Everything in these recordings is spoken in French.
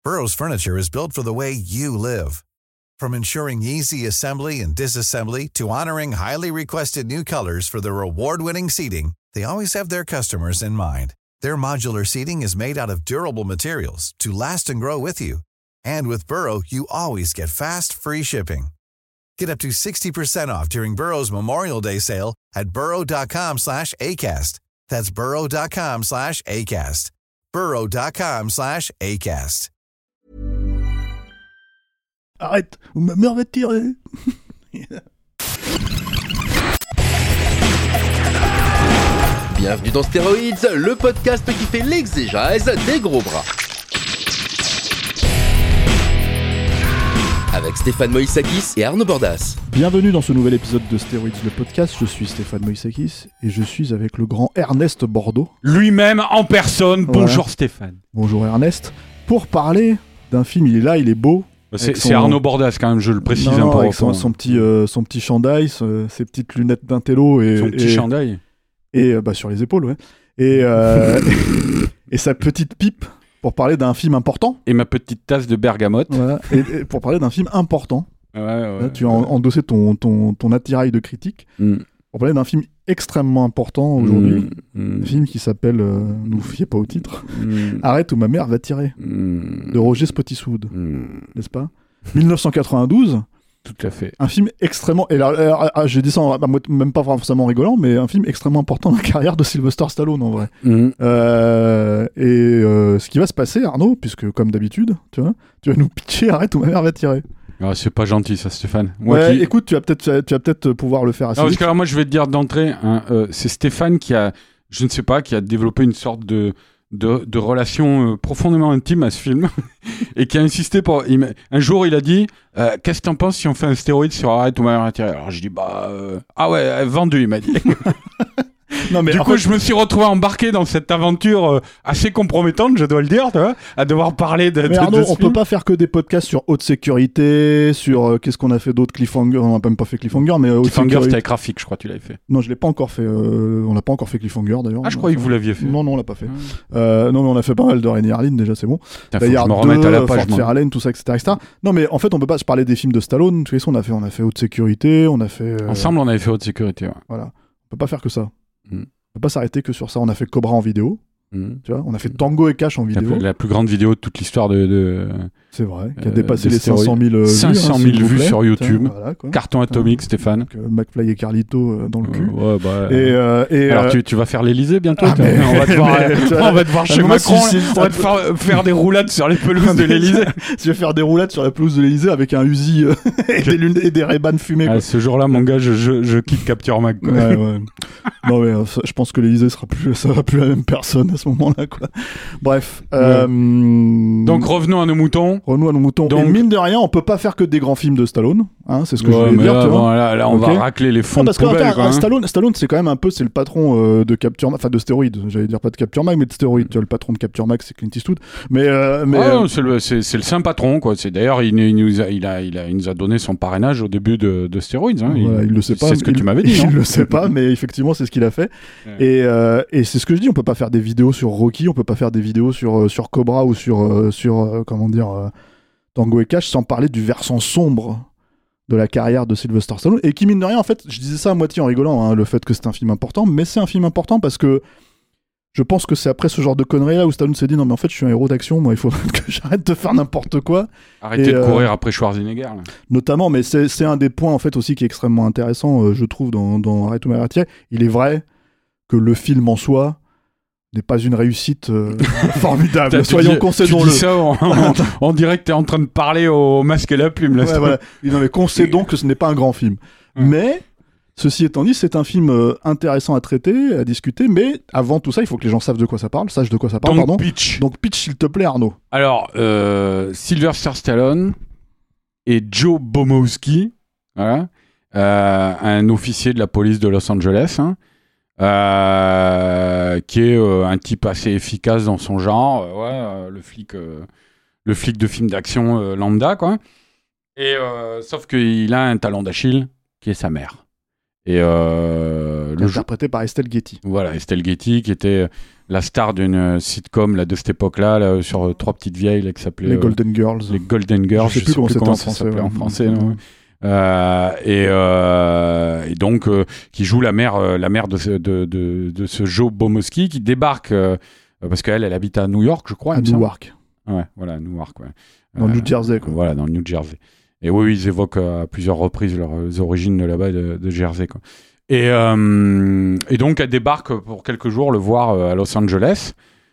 Burrow's furniture is built for the way you live. From ensuring easy assembly and disassembly to honoring highly requested new colors for their award-winning seating, they always have their customers in mind. Their modular seating is made out of durable materials to last and grow with you. And with Burrow, you always get fast, free shipping. Get up to 60% off during Burrow's Memorial Day sale at burrow.com/ACAST. That's burrow.com/ACAST. burrow.com/ACAST. Arrête, ou ma mère va te tirer. Bienvenue dans Stéroïdes, le podcast qui fait l'exégèse des gros bras. Avec Stéphane Moïsakis et Arnaud Bordas. Bienvenue dans ce nouvel épisode de Stéroïdes, le podcast. Je suis Stéphane Moïsakis et je suis avec le grand Ernest Bordeaux. Lui-même en personne. Voilà. Bonjour Stéphane. Bonjour Ernest. Pour parler d'un film, il est là, il est beau. C'est Arnaud Bordas quand même, je le précise un peu. Avec son petit chandail, ses petites lunettes d'intello et son petit chandail. Et sur les épaules, ouais. Et sa petite pipe pour parler d'un film important. Et ma petite tasse de bergamote. Voilà. Et pour parler d'un film important. Ouais. Là, tu as endossé ton attirail de critique. Pour parler d'un film extrêmement important aujourd'hui. Un film qui s'appelle, ne vous fiez pas au titre, Arrête ou ma mère va tirer, de Roger Spottiswoode, n'est-ce pas 1992. Tout à fait. Un film extrêmement... Et là, j'ai dit ça même pas forcément rigolant, mais un film extrêmement important dans la carrière de Sylvester Stallone, en vrai. Ce qui va se passer, Arnaud, puisque comme d'habitude, tu vas nous pitcher Arrête ou ma mère va tirer. Ah, c'est pas gentil ça, Stéphane. Écoute, tu vas peut-être pouvoir le faire assez vite. Parce que alors, moi je vais te dire d'entrée, c'est Stéphane qui a développé une sorte de relation profondément intime à ce film et qui a insisté un jour il a dit qu'est-ce que t'en penses si on fait un stéroïde sur Arrête ou ma mère va tirer. Alors je dis vendu, il m'a dit. Non, mais du coup, je me suis retrouvé embarqué dans cette aventure assez compromettante, je dois le dire, tu vois, à devoir parler de. Mais Arnaud, de on peut pas faire que des podcasts sur haute sécurité, sur qu'est-ce qu'on a fait d'autre, Cliffhanger. On n'a même pas fait Cliffhanger, mais Cliffhanger, c'était avec Rafik, je crois, tu l'avais fait. Non, je l'ai pas encore fait. On n'a pas encore fait Cliffhanger d'ailleurs. Ah, je croyais que vous l'aviez fait. Non, on l'a pas fait. Non, mais on a fait pas mal de Rainy Harlin déjà, c'est bon. D'ailleurs, je me remette à la page. Fort Fairlane, tout ça, etc. Non, mais en fait, on peut pas. Je parlais des films de Stallone. Tu sais, on a fait haute sécurité, on a fait. Ensemble, on avait fait haute sécurité. Ouais. Voilà. On peut pas faire que ça. On peut pas s'arrêter que sur ça. On a fait Cobra en vidéo. Tu vois, on a fait Tango et Cash en vidéo. La plus grande vidéo de toute l'histoire de... C'est vrai, qui a dépassé les 500 000 vues sur YouTube. Voilà, Carton atomique, Stéphane. Donc, McFly et Carlito dans le cul. Alors tu vas faire l'Elysée bientôt. On va te voir chez Macron. On va te faire des roulades sur les pelouses de l'Elysée. Je vais faire des roulades sur la pelouse de l'Elysée avec un Uzi et des Ray-Ban fumés. Ce jour-là, mon gars, je quitte Capture Mag. Ouais. Non mais je pense que l'Elysée ça va plus la même personne à ce moment-là, quoi. Bref. Donc revenons à nos moutons. Donc, et mine de rien, on peut pas faire que des grands films de Stallone, c'est ce que je voulais dire. Là, on va racler les fonds de poubelle. Stallone, c'est quand même c'est le patron de Capture Mag, enfin de stéroïdes. J'allais dire pas de Capture Mag, mais de stéroïdes. Tu vois, le patron de Capture Mag, c'est Clint Eastwood. C'est le saint patron, quoi. C'est d'ailleurs, il nous a donné son parrainage au début de stéroïdes. Voilà, il le sait pas. C'est ce que tu m'avais dit. Il le sait pas, mais effectivement, c'est ce qu'il a fait. Et c'est ce que je dis. On peut pas faire des vidéos sur Rocky, on peut pas faire des vidéos sur Cobra ou sur Tango et Cash sans parler du versant sombre de la carrière de Sylvester Stallone, et qui, mine de rien, en fait, je disais ça à moitié en rigolant, le fait que c'est un film important, mais c'est un film important parce que je pense que c'est après ce genre de conneries là où Stallone s'est dit non mais en fait je suis un héros d'action, moi il faut que j'arrête de faire n'importe quoi. Arrêtez de courir après Schwarzenegger là. Notamment, mais c'est un des points en fait aussi qui est extrêmement intéressant, je trouve, dans Arrête ou ma mère va tirer. Il est vrai que le film en soi n'est pas une réussite formidable. Soyons concédons-le. Tu dis ça, on dirait que t'es en train de parler au masque et la plume là. Ouais, voilà. Non mais concédons que ce n'est pas un grand film. Mais ceci étant dit, c'est un film intéressant à traiter, à discuter, mais avant tout ça, il faut que les gens sachent de quoi ça parle. Donc pitch, s'il te plaît, Arnaud. Alors, Sylvester Stallone et Joe Bomowski, voilà, un officier de la police de Los Angeles, qui est un type assez efficace dans son genre, le flic de film d'action lambda, quoi. Et sauf qu'il a un talon d'Achille qui est sa mère. Et interprété par Estelle Getty. Voilà, Estelle Getty, qui était la star d'une sitcom là, de cette époque-là, là, sur 3 petites vieilles là, qui s'appelaient les Golden Girls. Les Golden Girls, je sais plus comment ça s'appelait en français. Non et donc, qui joue la mère de ce Joe Bomosky, qui débarque, parce qu'elle habite à New York, je crois. À Newark. Ouais, voilà, Newark. Ouais. Dans le New Jersey, quoi. Voilà, dans le New Jersey. Et oui, ils évoquent à plusieurs reprises leurs origines de là-bas, de Jersey, quoi. Et donc, elle débarque pour quelques jours le voir à Los Angeles.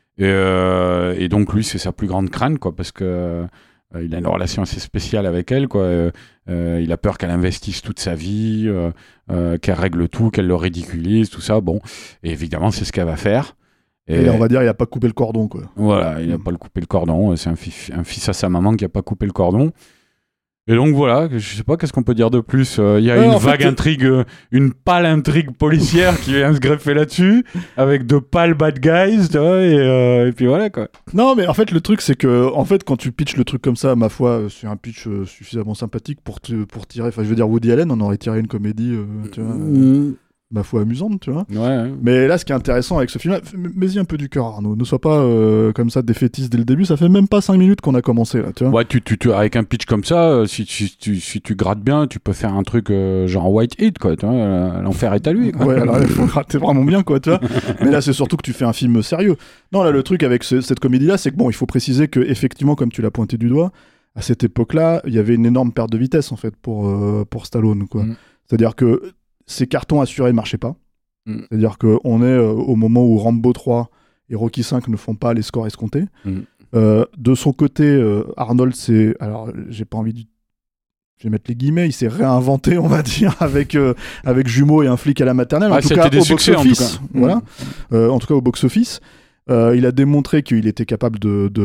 Et donc, lui, c'est sa plus grande crainte, quoi, parce que il a une relation assez spéciale avec elle, quoi. Il a peur qu'elle investisse toute sa vie, qu'elle règle tout, qu'elle le ridiculise, tout ça. Bon, et évidemment, c'est ce qu'elle va faire. Et on va dire, il n'a pas coupé le cordon, quoi. Voilà, il n'a pas coupé le cordon. C'est un fils à sa maman qui n'a pas coupé le cordon. Et donc voilà, je sais pas qu'est-ce qu'on peut dire de plus. Il y a une vague intrigue, une pâle intrigue policière qui vient se greffer là-dessus, avec de pâles bad guys, tu vois, et puis voilà, quoi. Non, mais en fait, le truc, c'est que, en fait, quand tu pitches le truc comme ça, ma foi, c'est un pitch suffisamment sympathique pour tirer. Enfin, je veux dire, Woody Allen, on aurait tiré une comédie, tu vois. Ma foi amusante, tu vois. Ouais. Mais là, ce qui est intéressant avec ce film-là, mets-y un peu du cœur, Arnaud. Ne sois pas comme ça défaitiste dès le début. Ça fait même pas 5 minutes qu'on a commencé, là, tu vois. Ouais, tu avec un pitch comme ça, si tu grattes bien, tu peux faire un truc genre White Heat, quoi. Tu vois, l'enfer est à lui, quoi. Ouais, alors il faut gratter vraiment bien, quoi, tu vois. Mais là, c'est surtout que tu fais un film sérieux. Non, là, le truc avec cette comédie-là, c'est que bon, il faut préciser que effectivement, comme tu l'as pointé du doigt, à cette époque-là, il y avait une énorme perte de vitesse, en fait, pour Stallone, quoi. C'est-à-dire que ces cartons assurés marchaient pas. C'est-à-dire qu'on est au moment où Rambo 3 et Rocky 5 ne font pas les scores escomptés. De son côté, Arnold, alors j'ai pas envie de... Je vais mettre les guillemets, il s'est réinventé, on va dire, avec Jumeaux et un flic à la maternelle. En tout cas, au box-office. Voilà. En tout cas, au box-office. Il a démontré qu'il était capable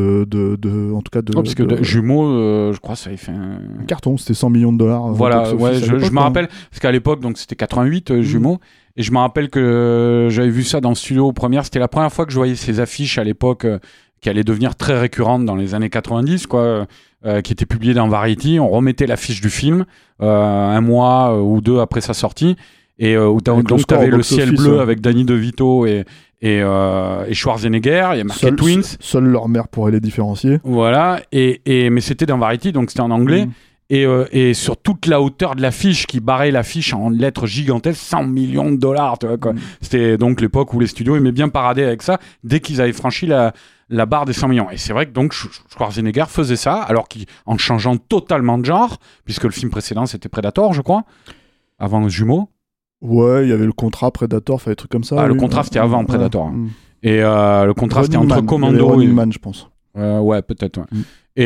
en tout cas de... parce que Jumeaux, je crois ça avait fait un carton, c'était 100 millions de dollars. Voilà, ouais, je me rappelle, parce qu'à l'époque, donc c'était 88, Jumeaux, et je me rappelle que j'avais vu ça dans le studio première, c'était la première fois que je voyais ces affiches à l'époque qui allaient devenir très récurrentes dans les années 90, quoi, qui étaient publiées dans Variety. On remettait l'affiche du film un mois ou deux après sa sortie, et où donc t'avais le ciel bleu avec Danny DeVito et Schwarzenegger, il y a marqué Twins. Seule leur mère pourrait les différencier. Voilà, mais c'était dans Variety, donc c'était en anglais. Et sur toute la hauteur de l'affiche, qui barrait l'affiche en lettres gigantesques, 100 millions de dollars, tu vois, quoi. C'était donc l'époque où les studios aimaient bien parader avec ça, dès qu'ils avaient franchi la barre des 100 millions. Et c'est vrai que donc Schwarzenegger faisait ça, alors qu'en changeant totalement de genre, puisque le film précédent c'était Predator, je crois, avant Jumeaux. Ouais, il y avait le contrat Predator, enfin des trucs comme ça. Ah, le contrat c'était avant Predator. Et le contrat c'était entre Commando Running Man, je pense. Ouais, peut-être. Ouais.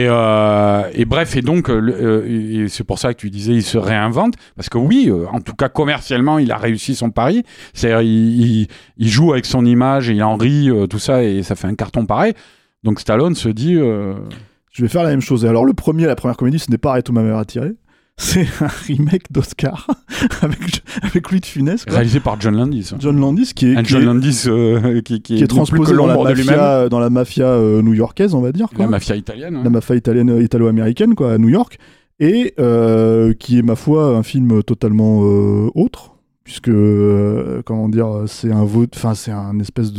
Et bref, et donc et c'est pour ça que tu disais il se réinvente, parce que oui, en tout cas commercialement, il a réussi son pari. C'est-à-dire il joue avec son image et il en rit, tout ça, et ça fait un carton pareil. Donc Stallone se dit... Je vais faire la même chose. Et alors la première comédie, ce n'est pas Arrête où ma mère a tiré. C'est un remake d'Oscar avec Louis de Funès, quoi. Réalisé par John Landis. John Landis qui est transposé dans la mafia new-yorkaise, on va dire, quoi. La mafia italienne. La mafia italienne, italo-américaine, quoi, à New York. Et qui est, ma foi, un film totalement autre, puisque, comment dire, c'est un espèce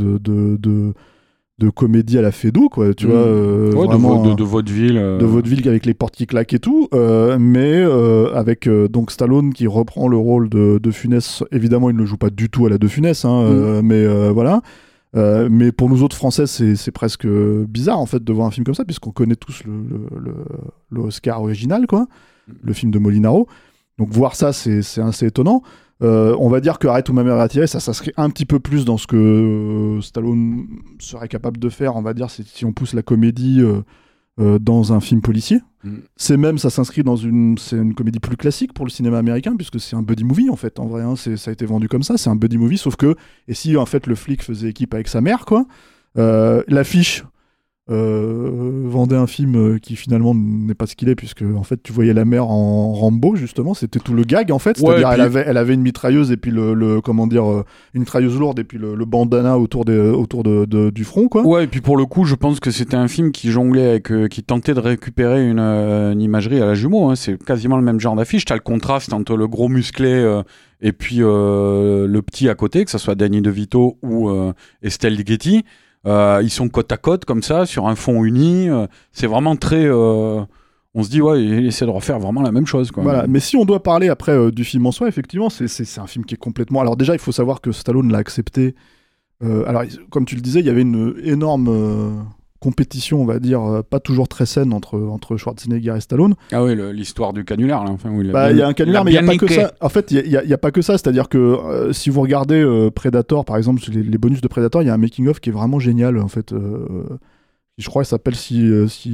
de comédie à la Fédo, quoi, tu vois, vraiment de vaudeville, de vaudeville avec les portes qui claquent et tout, mais avec donc Stallone qui reprend le rôle de Funès. Évidemment, il ne le joue pas du tout à la de Funès, mais voilà. Mais pour nous autres Français, c'est presque bizarre en fait de voir un film comme ça, puisqu'on connaît tous le Oscar original, quoi, le film de Molinaro. Donc voir ça, c'est assez étonnant. On va dire que Arrête où ma mère a tiré, ça s'inscrit un petit peu plus dans ce que Stallone serait capable de faire, on va dire, si on pousse la comédie dans un film policier. Ça s'inscrit dans c'est une comédie plus classique pour le cinéma américain, puisque c'est un buddy movie en fait, en vrai, hein, ça a été vendu comme ça, c'est un buddy movie, sauf que, et si en fait le flic faisait équipe avec sa mère, quoi, l'affiche vendait un film qui finalement n'est pas ce qu'il est, puisque en fait tu voyais la mère en Rambo, justement, c'était tout le gag en fait, c'est-à-dire elle avait une mitrailleuse et puis une mitrailleuse lourde et puis le bandana autour du front, quoi. Ouais, et puis pour le coup je pense que c'était un film qui jonglait avec, qui tentait de récupérer une imagerie à la jumeau, hein. C'est quasiment le même genre d'affiche, t'as le contraste entre le gros musclé et puis le petit à côté, que ce soit Danny DeVito ou Estelle Ligeti. Ils sont côte à côte comme ça sur un fond uni, c'est vraiment très on se dit ouais, il essaie de refaire vraiment la même chose, quoi. Voilà. Mais si on doit parler après du film en soi, effectivement c'est un film qui est complètement, alors déjà il faut savoir que Stallone l'a accepté, alors comme tu le disais, il y avait une énorme compétition, on va dire, pas toujours très saine entre Schwarzenegger et Stallone. Ah oui, l'histoire du canular là, enfin, où il y a un canular, mais il n'y a pas que ça. En fait, il y a pas que ça, c'est-à-dire que si vous regardez Predator, par exemple, les bonus de Predator, il y a un making-of qui est vraiment génial, en fait. Je crois qu'il s'appelle s'il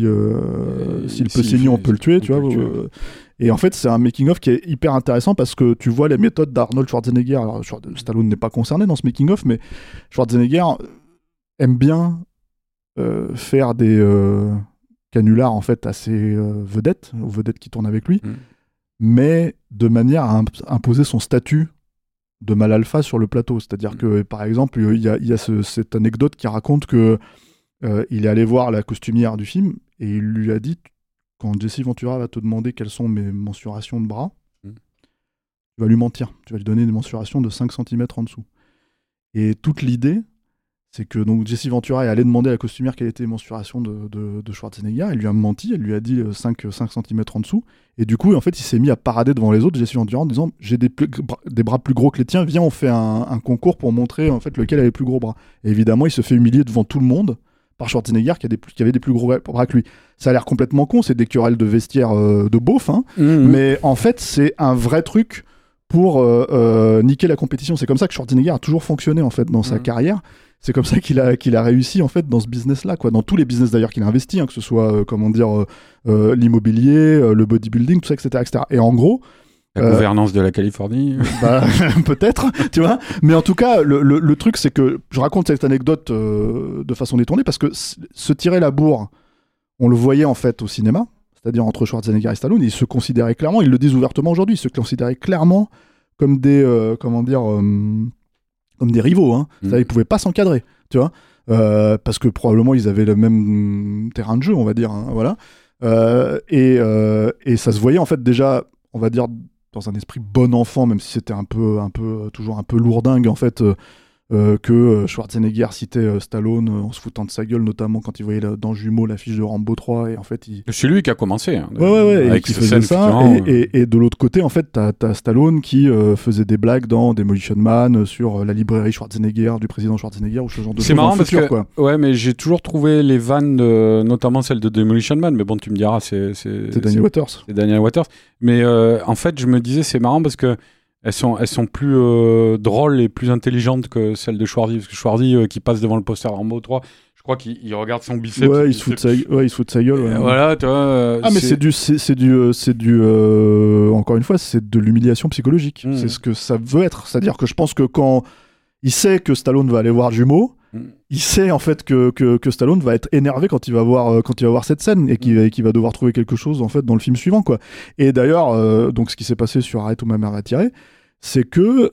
peut saigner, on peut le tuer, tu vois. Et en fait, c'est un making-of qui est hyper intéressant parce que tu vois les méthodes d'Arnold Schwarzenegger. Alors, Stallone n'est pas concerné dans ce making-of, mais Schwarzenegger aime bien faire des canulars en fait assez vedettes qui tournent avec lui, mais de manière à imposer son statut de mâle alpha sur le plateau. C'est-à-dire que, par exemple, il y a cette anecdote qui raconte que il est allé voir la costumière du film et il lui a dit, quand Jesse Ventura va te demander quelles sont mes mensurations de bras, tu vas lui mentir, tu vas lui donner des mensurations de 5 cm en dessous. Et toute l'idée, c'est que donc Jesse Ventura est allé demander à la costumière quelle était les mensurations de Schwarzenegger. Elle lui a menti, elle lui a dit 5 cm en dessous. Et du coup, en fait, il s'est mis à parader devant les autres, Jesse Ventura, en disant j'ai des bras plus gros que les tiens, viens, on fait un concours pour montrer en fait lequel a les plus gros bras. Et évidemment, il se fait humilier devant tout le monde par Schwarzenegger qui avait des plus gros bras que lui. Ça a l'air complètement con, c'est des querelles de vestiaire de beauf, hein. Mais en fait, c'est un vrai truc pour niquer la compétition. C'est comme ça que Schwarzenegger a toujours fonctionné en fait dans sa carrière. C'est comme ça qu'il a réussi en fait dans ce business-là, quoi. Dans tous les business d'ailleurs qu'il a investi, hein, que ce soit l'immobilier, le bodybuilding, tout ça, etc. Et en gros, la gouvernance de la Californie, peut-être, tu vois. Mais en tout cas, le truc, c'est que je raconte cette anecdote de façon détournée parce que se tirer la bourre, on le voyait en fait au cinéma, c'est-à-dire entre Schwarzenegger et Stallone, ils se considéraient clairement, ils le disent ouvertement aujourd'hui, ils se considéraient clairement comme des comme des rivaux, hein. Ils pouvaient pas s'encadrer, tu vois, parce que probablement ils avaient le même terrain de jeu, on va dire, hein, voilà. Et ça se voyait en fait déjà, on va dire, dans un esprit bon enfant, même si c'était toujours un peu lourdingue en fait, que Schwarzenegger citait Stallone en se foutant de sa gueule, notamment quand il voyait dans Jumeaux l'affiche de Rambo 3, et en fait c'est lui qui a commencé, hein, avec qui faisait ça, et de l'autre côté en fait t'as Stallone qui faisait des blagues dans Demolition Man sur la librairie Schwarzenegger du président Schwarzenegger ou ce genre de choses. C'est marrant parce que quoi. Ouais, mais j'ai toujours trouvé les vannes notamment celle de Demolition Man, mais bon, tu me diras, c'est Daniel Waters. C'est Daniel Waters, mais en fait je me disais c'est marrant parce que elles sont plus drôles et plus intelligentes que celles de Schwarzy, parce que Schwarzy qui passe devant le poster Rambo 3, je crois qu'il regarde son biceps. Ouais, il se fout de sa gueule. Ouais. Voilà, tu vois. Mais c'est du encore une fois, c'est de l'humiliation psychologique. C'est ce que ça veut être. C'est-à-dire que je pense que quand il sait que Stallone va aller voir Jumeaux, il sait en fait que Stallone va être énervé quand il va voir cette scène et qu'il va devoir trouver quelque chose en fait dans le film suivant, quoi. Et d'ailleurs, donc ce qui s'est passé sur Arrête où ma mère va tirer, c'est que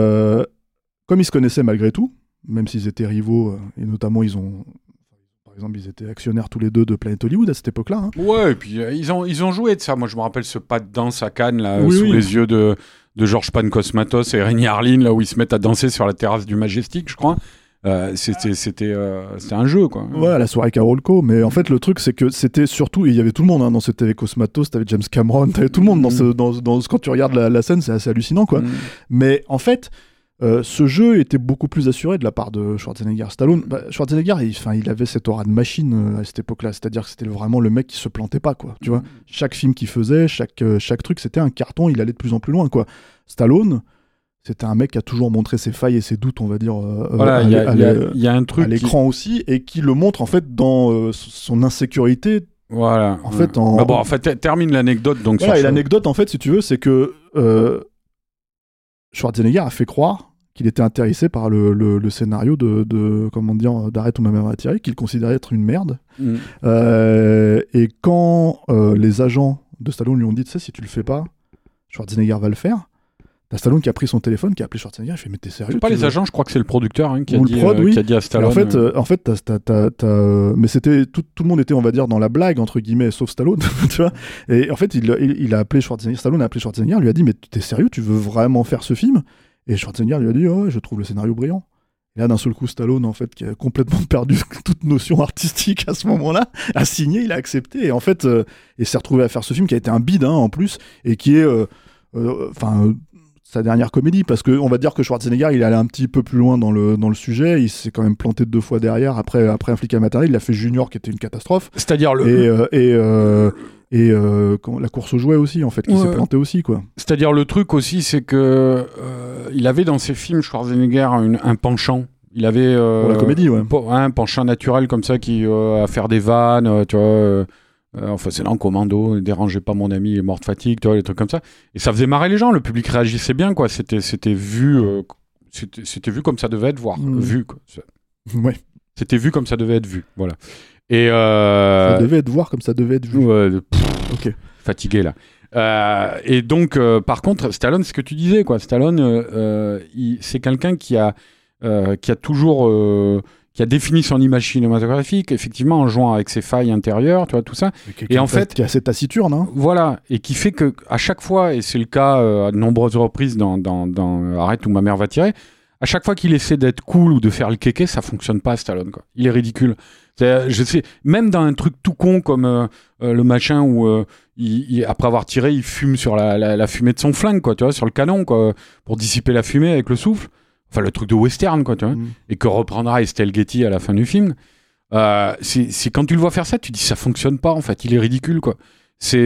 comme ils se connaissaient malgré tout, même s'ils étaient rivaux, et notamment par exemple, ils étaient actionnaires tous les deux de Planet Hollywood à cette époque-là. Hein. Ouais, et puis ils ont joué de ça. Moi, je me rappelle ce pas de danse à Cannes là, sous les yeux de Georges Pancosmatos et Rémi Harlin, là où ils se mettent à danser sur la terrasse du Majestic, je crois. C'était un jeu, quoi. Ouais, la soirée Carolco. Mais en fait, le truc, c'est que c'était surtout, il y avait tout le monde, hein, dans ce TV Cosmatos, t'avais James Cameron, t'avais tout le monde quand tu regardes la scène, c'est assez hallucinant, quoi. Mais en fait, ce jeu était beaucoup plus assuré de la part de Schwarzenegger. Stallone, Schwarzenegger, il avait cette aura de machine à cette époque-là, c'est-à-dire que c'était vraiment le mec qui se plantait pas, quoi. Tu vois, chaque film qu'il faisait, chaque truc, c'était un carton, il allait de plus en plus loin, quoi. Stallone, c'était un mec qui a toujours montré ses failles et ses doutes, on va dire, voilà, il y a un truc à l'écran aussi, et qui le montre en fait dans son insécurité. Voilà. En fait, termine l'anecdote. Donc voilà, et l'anecdote, en fait, si tu veux, c'est que Schwarzenegger a fait croire qu'il était intéressé par le scénario d'Arrête ou ma mère va tirer, qu'il considérait être une merde. Et quand les agents de Stallone lui ont dit, tu sais, si tu le fais pas, Schwarzenegger va le faire. T'as Stallone qui a pris son téléphone, qui a appelé Schwarzenegger, il fait mais t'es sérieux? C'est pas les agents, je crois que c'est le producteur qui a dit à Stallone. En fait, mais c'était tout le monde était, on va dire, dans la blague entre guillemets, sauf Stallone, tu vois. Et en fait, il a appelé Schwarzenegger. Stallone a appelé Schwarzenegger, lui a dit mais t'es sérieux? Tu veux vraiment faire ce film? Et Schwarzenegger lui a dit je trouve le scénario brillant. Et là, d'un seul coup, Stallone, en fait, qui a complètement perdu toute notion artistique à ce moment-là, a signé, il a accepté, et en fait, il s'est retrouvé à faire ce film qui a été un bide, en plus, et qui est, sa dernière comédie, parce qu'on va dire que Schwarzenegger, il est allé un petit peu plus loin dans le sujet, il s'est quand même planté 2 fois derrière, après Un flic à maternelle, il a fait Junior, qui était une catastrophe. C'est-à-dire la course aux jouets aussi, en fait, qui s'est planté aussi, quoi. C'est-à-dire le truc aussi, c'est que il avait dans ses films, Schwarzenegger, un penchant. Il avait pour la comédie, un penchant naturel comme ça, qui à faire des vannes, tu vois. Enfin, c'est là en commando, ne dérangez pas mon ami, il est mort de fatigue, tu vois, les trucs comme ça. Et ça faisait marrer les gens, le public réagissait bien, quoi. C'était vu, c'était vu comme ça devait être vu, quoi. Ouais. C'était vu comme ça devait être vu, voilà. Et ça devait être voir comme ça devait être vu. Ok. Fatigué là. Et donc, par contre, Stallone, c'est ce que tu disais, quoi. Stallone, c'est quelqu'un qui a toujours qui a défini son image cinématographique, effectivement, en jouant avec ses failles intérieures, tu vois, tout ça. Et en fait, qui a cette taciturne, hein. Voilà, et qui fait que à chaque fois, et c'est le cas à de nombreuses reprises dans Arrête ou ma mère va tirer, à chaque fois qu'il essaie d'être cool ou de faire le kéké, ça fonctionne pas, Stallone, quoi. Il est ridicule. Je sais, même dans un truc tout con comme le machin où après avoir tiré, il fume sur la fumée de son flingue, quoi, tu vois, sur le canon, quoi, pour dissiper la fumée avec le souffle. Enfin, le truc de western, quoi, tu vois, et que reprendra Estelle Getty à la fin du film. C'est quand tu le vois faire ça, tu dis ça fonctionne pas, en fait. Il est ridicule, quoi. Il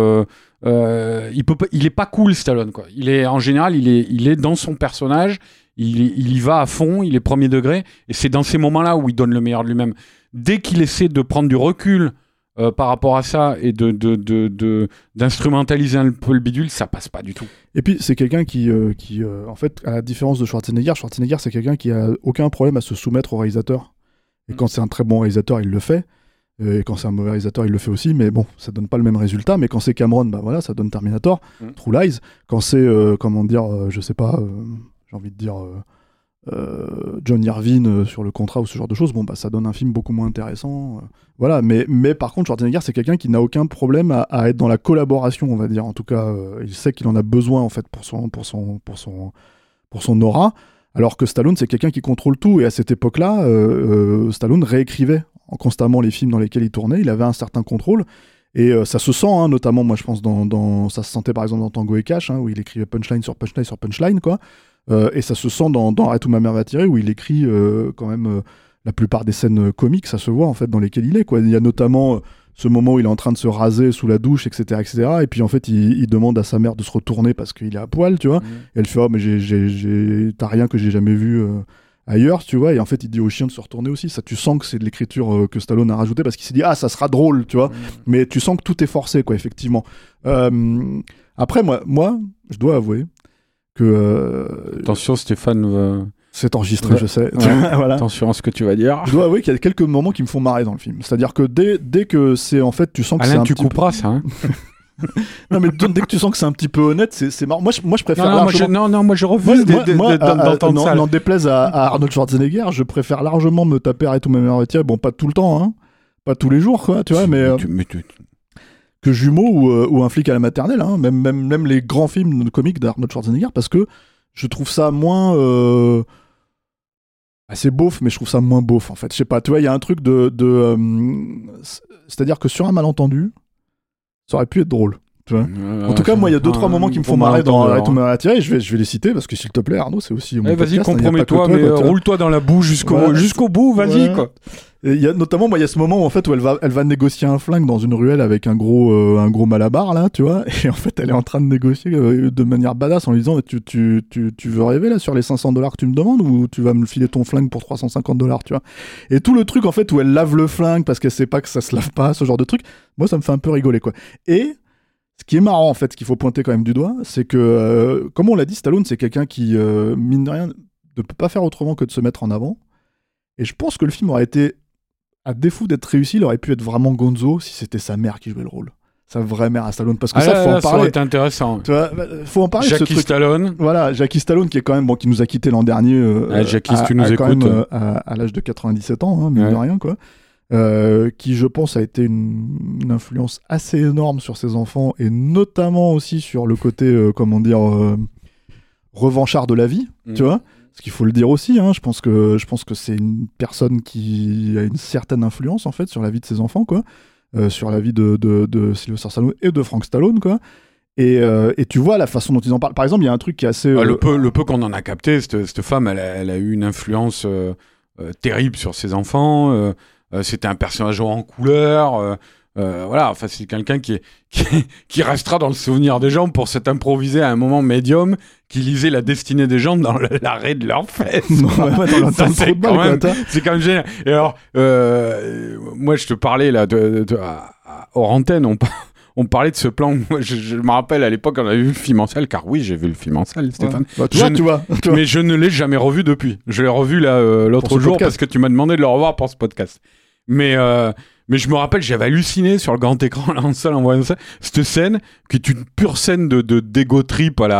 est pas cool, Stallone, quoi. En général, il est dans son personnage. Il y va à fond. Il est premier degré. Et c'est dans ces moments-là où il donne le meilleur de lui-même. Dès qu'il essaie de prendre du recul par rapport à ça et d'instrumentaliser un peu le bidule, ça passe pas du tout. Et puis c'est quelqu'un qui en fait, à la différence de Schwarzenegger, c'est quelqu'un qui a aucun problème à se soumettre au réalisateur. Et quand c'est un très bon réalisateur, il le fait. Et quand c'est un mauvais réalisateur, il le fait aussi. Mais bon, ça donne pas le même résultat. Mais quand c'est Cameron, bah voilà, ça donne Terminator, True Lies. Quand c'est, je sais pas, j'ai envie de dire John Irvine sur le contrat ou ce genre de choses, bon bah ça donne un film beaucoup moins intéressant. Voilà, mais par contre Schwarzenegger, c'est quelqu'un qui n'a aucun problème à être dans la collaboration, on va dire. En tout cas, il sait qu'il en a besoin en fait pour son aura. Alors que Stallone, c'est quelqu'un qui contrôle tout. Et à cette époque-là, Stallone réécrivait constamment les films dans lesquels il tournait. Il avait un certain contrôle. Et ça se sent, hein, notamment, moi je pense, ça se sentait par exemple dans Tango et Cash, hein, où il écrivait punchline sur punchline sur punchline, quoi. Et ça se sent dans Arrête ou ma mère va tirer, où il écrit quand même la plupart des scènes comiques, ça se voit en fait dans lesquelles il est, quoi. Il y a notamment ce moment où il est en train de se raser sous la douche, etc. Et puis en fait, il demande à sa mère de se retourner parce qu'il est à poil, tu vois. Et elle fait « Oh, mais t'as rien que j'ai jamais vu ailleurs, tu vois. » Et en fait, il dit au chien de se retourner aussi. Ça, tu sens que c'est de l'écriture que Stallone a rajouté parce qu'il s'est dit « Ah, ça sera drôle, tu vois. » Mais tu sens que tout est forcé, quoi, effectivement. Après, moi, je dois avouer que... Attention, Stéphane... C'est enregistré, je sais. Voilà. Attention à ce que tu vas dire. Je dois avouer qu'il y a quelques moments qui me font marrer dans le film. C'est-à-dire que dès que c'est en fait, tu sens que Alain, c'est un tu petit couperas peu... ça. Hein. Non, mais dès que tu sens que c'est un petit peu honnête, c'est marrant. Moi, je préfère largement... moi, je refuse d'entendre ça. N'en déplaise à Arnold Schwarzenegger, je préfère largement me taper Arrête ou ma mère va tirer. Bon, pas tout le temps, hein. Pas tous les jours, quoi, tu vois, mais... que Jumeaux ou Un flic à la maternelle, hein. Même les grands films comiques d'Arnold Schwarzenegger, parce que je trouve ça moins... c'est beauf, mais je trouve ça moins beauf, en fait. Je sais pas, tu vois, il y a un truc c'est-à-dire que sur un malentendu, ça aurait pu être drôle. Tu vois. En tout cas, moi, il y a 2-3 moments qui me font marrer dans Arrête ou ma mère va tirer, et je vais les citer, parce que s'il te plaît, Arnaud, c'est aussi mon podcast. Vas-y, compromets-toi, mais roule-toi dans la boue jusqu'au bout, vas-y, quoi. Et il y a notamment, il y a ce moment où, en fait, où elle va négocier un flingue dans une ruelle avec un gros malabar, là, tu vois. Et en fait, elle est en train de négocier de manière badass en lui disant tu veux rêver, là, sur les $500 que tu me demandes, ou tu vas me filer ton flingue pour $350, tu vois. Et tout le truc, en fait, où elle lave le flingue parce qu'elle sait pas que ça se lave pas, ce genre de truc, moi, ça me fait un peu rigoler, quoi. Et ce qui est marrant, en fait, ce qu'il faut pointer quand même du doigt, c'est que, comme on l'a dit, Stallone, c'est quelqu'un qui, mine de rien, ne peut pas faire autrement que de se mettre en avant. Et je pense que le film aurait été, à défaut d'être réussi, il aurait pu être vraiment Gonzo si c'était sa mère qui jouait le rôle. Sa vraie mère à Stallone, parce que faut en parler. Ça aurait été intéressant. Tu vois, faut en parler. Jackie Stallone. Voilà, Jackie Stallone qui est quand même qui nous a quitté l'an dernier. Jackie, si tu nous écoutes, à l'âge de 97 ans, mine de rien quoi. Qui je pense a été une influence assez énorme sur ses enfants et notamment aussi sur le côté revanchard de la vie, tu vois. Parce qu'il faut le dire aussi, je pense que c'est une personne qui a une certaine influence en fait sur la vie de ses enfants quoi. Sur la vie de Sylvester Stallone et de Frank Stallone quoi. Et tu vois la façon dont ils en parlent. Par exemple, il y a un truc qui est assez... Le peu qu'on en a capté, cette femme, elle a eu une influence terrible sur ses enfants. C'était un personnage en couleur. Voilà, enfin, c'est quelqu'un qui restera dans le souvenir des gens pour s'être improvisé à un moment médium qui lisait la destinée des gens dans l'arrêt de leurs fesses. C'est quand même génial. Et alors, moi, je te parlais là hors antenne, on parlait de ce plan. Moi, je me rappelle à l'époque, on avait vu le film en salle, car oui, j'ai vu le film en salle, Stéphane. Ouais. Bah, tu vois. Mais je ne l'ai jamais revu depuis. Je l'ai revu là l'autre jour parce que tu m'as demandé de le revoir pour ce podcast. Mais je me rappelle, j'avais halluciné sur le grand écran là en salle en voyant ça, cette scène qui est une pure scène d'ego trip à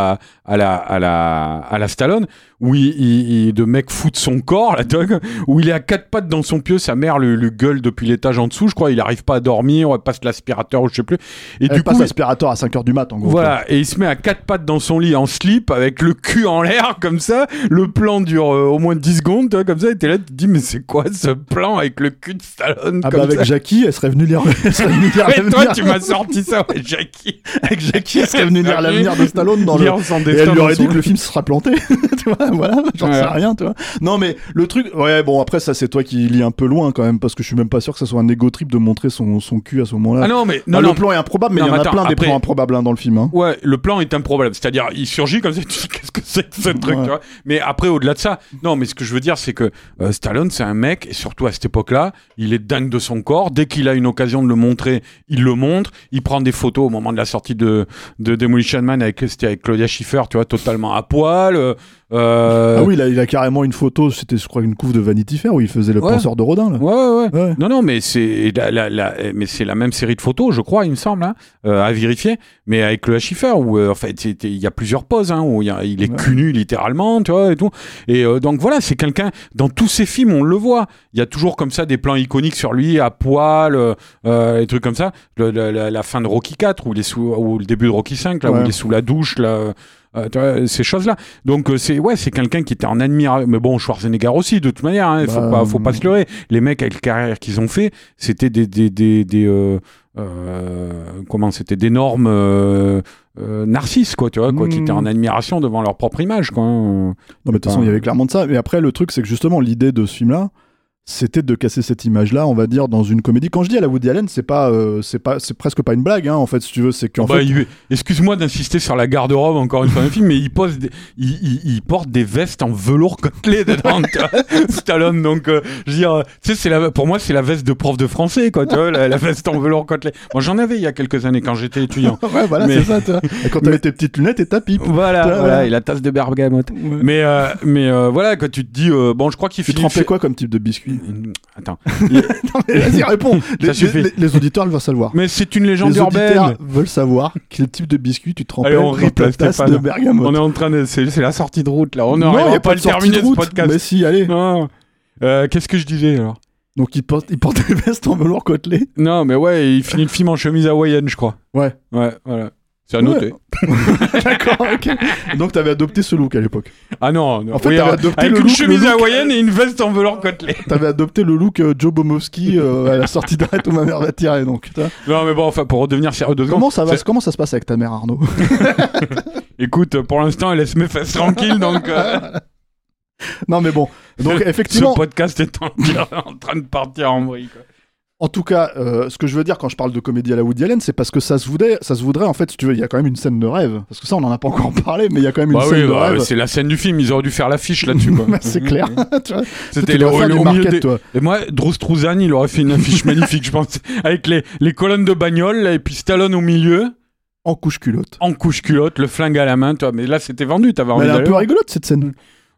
la Stallone, où de mec fout son corps là, où il est à quatre pattes dans son pieu, sa mère le gueule depuis l'étage en dessous, je crois, il arrive pas à dormir, on passe l'aspirateur ou je sais plus. Et elle passe l'aspirateur à 5h du mat en gros. Voilà, et il se met à quatre pattes dans son lit en slip avec le cul en l'air comme ça, le plan dure au moins 10 secondes, toi, comme ça, et t'es là, tu te dis mais c'est quoi ce plan avec le cul de Stallone comme avec ça. Jackie, elle serait venue lire Mais toi, tu m'as sorti ça, ouais, Jackie. Avec Jackie, elle serait venue lire l'avenir de Stallone dans le... Et elle lui aurait dit que le film se sera planté. Tu vois, voilà, j'en sais rien, tu vois. Non, mais le truc... Ouais, bon, après, ça, c'est toi qui lis un peu loin, quand même, parce que je suis même pas sûr que ça soit un ego trip de montrer son cul à ce moment-là. Ah non, mais... le plan est improbable, mais il y en a plein des plans improbables dans le film. Ouais, le plan est improbable. C'est-à-dire, il surgit comme ça, tu dis, qu'est-ce que c'est que ce truc, tu vois. Mais après, au-delà de ça... Non, mais ce que je veux dire, c'est que Stallone, c'est un mec, et surtout à cette époque-là, il est dingue de son corps. Dès qu'il a une occasion de le montrer, il le montre. Il prend des photos au moment de la sortie de Demolition Man avec Claudia Schiffer, tu vois, totalement à poil. Ah oui, il a carrément une photo, c'était je crois une couve de Vanity Fair où il faisait le penseur de Rodin là. Ouais. Non, mais c'est la même série de photos, je crois, il me semble, à vérifier. Mais avec Claudia Schiffer où en fait il y a plusieurs poses, où il est cul nu littéralement, tu vois, et tout. Et donc voilà, c'est quelqu'un, dans tous ses films on le voit. Il y a toujours comme ça des plans iconiques sur lui à poil, des trucs comme ça. La fin de Rocky 4 ou le début de Rocky 5 là, où il est sous la douche là. Ces choses-là. Donc c'est quelqu'un qui était en admiration. Mais bon, Schwarzenegger aussi, de toute manière. Faut pas se leurrer. Les mecs avec la carrière qu'ils ont fait, c'était c'était d'énormes narcisses, quoi, tu vois, qui étaient en admiration devant leur propre image, quoi. Non, mais de toute façon, il y avait clairement de ça. Mais après, le truc, c'est que justement, l'idée de ce film-là, c'était de casser cette image-là, on va dire, dans une comédie. Quand je dis à la Woody Allen, c'est presque pas une blague, en fait, si tu veux, c'est qu'en fait... Excuse-moi d'insister sur la garde-robe, encore une fois, dans le film, mais il porte des vestes en velours côtelé dedans, Stallone, donc, je veux dire, tu sais, pour moi, c'est la veste de prof de français, quoi, tu vois, la veste en velours côtelé. Moi, j'en avais il y a quelques années, quand j'étais étudiant. Ouais, voilà, c'est ça, tu vois. Et quand t'avais tes petites lunettes et ta pipe. Voilà, et la tasse de bergamote. Ouais. Mais voilà, quand tu te dis, bon, je crois qu'il finit... Tu trempais quoi comme type de biscuit? Attends. Non mais vas-y, réponds. Les auditeurs veulent savoir. Mais c'est une légende urbaine. Les auditeurs veulent savoir quel type de biscuit tu trempais dans ta tasse de bergamote. On est en train de... C'est la sortie de route, là. On n'arrive pas à le terminer, ce podcast. Mais si, allez. Qu'est-ce que je disais, alors? Donc il porte des vestes en velours côtelé. Non, mais ouais, il finit le film en chemise hawaïenne, je crois. Ouais, voilà. C'est à noter. D'accord, ok. Donc t'avais adopté ce look à l'époque. Ah non. En fait, t'avais adopté avec une chemise hawaïenne et une veste en velours côtelé. T'avais adopté le look Joe Bomowski à la sortie d'Arrête où ma mère va tirer, donc. Non, mais bon, enfin, pour redevenir sérieux 2 secondes. Comment ça se passe avec ta mère, Arnaud? Écoute, pour l'instant, elle laisse mes fesses tranquilles, donc... Non, mais bon. Donc, effectivement... Ce podcast est en train de partir en vrille, quoi. En tout cas, ce que je veux dire quand je parle de comédie à la Woody Allen, c'est parce que ça se voudrait en fait, si tu veux, il y a quand même une scène de rêve. Parce que ça, on en a pas encore parlé, mais il y a quand même une scène de rêve. C'est la scène du film, ils auraient dû faire l'affiche là-dessus, quoi. C'est clair. C'était au milieu des... toi. Et moi, Drew Struzan, il aurait fait une affiche magnifique, je pense, avec les colonnes de bagnole, là, et puis Stallone au milieu. En couche-culotte, le flingue à la main, toi. Mais là, c'était vendu, t'avais envie d'aller. Elle est un peu rigolote, cette scène.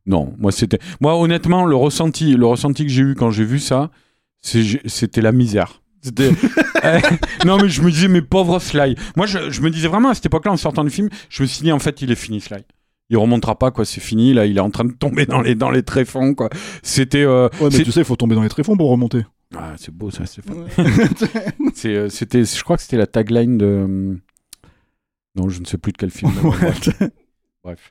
Non, moi honnêtement, le ressenti que j'ai eu quand j'ai vu ça, c'était la misère. Non mais je me disais, mais pauvre Sly. Moi je me disais vraiment à cette époque-là, en sortant du film, je me suis dit en fait il est fini Sly. Il remontera pas, quoi, c'est fini, là il est en train de tomber dans les tréfonds, quoi. C'était mais tu sais, il faut tomber dans les tréfonds pour remonter. Ah, c'est beau ça, Stéphane. Je crois que c'était la tagline de non, je ne sais plus de quel film. Bref.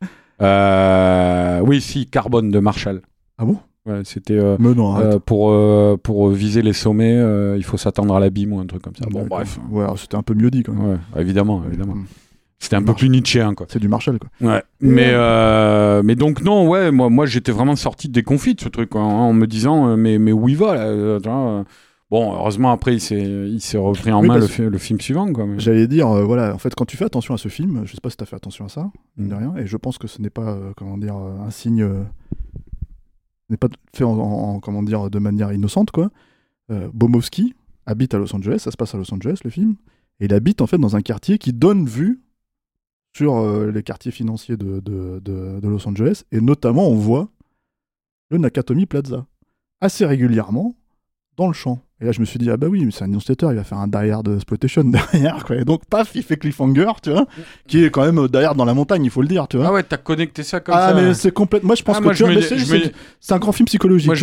Oui, si, Carbone de Marshall. Ah bon? Ouais, c'était mais non, pour viser les sommets, il faut s'attendre à l'abîme ou un truc comme ça. Bon, bref. Ouais, c'était un peu mieux dit quand même. Ouais, évidemment. C'était un peu plus nietzschéen, quoi. C'est du Marshall, quoi. Ouais. Mais donc non, ouais, moi j'étais vraiment sorti déconfit de ce truc, quoi, en me disant mais où il va là, Bon, heureusement après il s'est repris en main le film suivant, quoi. Mais... J'allais dire voilà, en fait quand tu fais attention à ce film, je sais pas si tu as fait attention à ça, de rien, et je pense que ce n'est pas un signe n'est pas fait en comment dire de manière innocente, quoi. Bomowski habite à Los Angeles, ça se passe à Los Angeles le film, et il habite en fait dans un quartier qui donne vue sur les quartiers financiers de Los Angeles, et notamment on voit le Nakatomi Plaza assez régulièrement dans le champ. Et là je me suis dit, ah bah oui, mais c'est un newsletter, il va faire un Die Hard exploitation derrière, quoi. Et donc paf, il fait Cliffhanger, tu vois, qui est quand même Die Hard dans la montagne, il faut le dire, tu vois. Ah ouais, t'as connecté ça comme ça. Ah mais c'est complètement... Moi je pense que c'est un grand film psychologique. Moi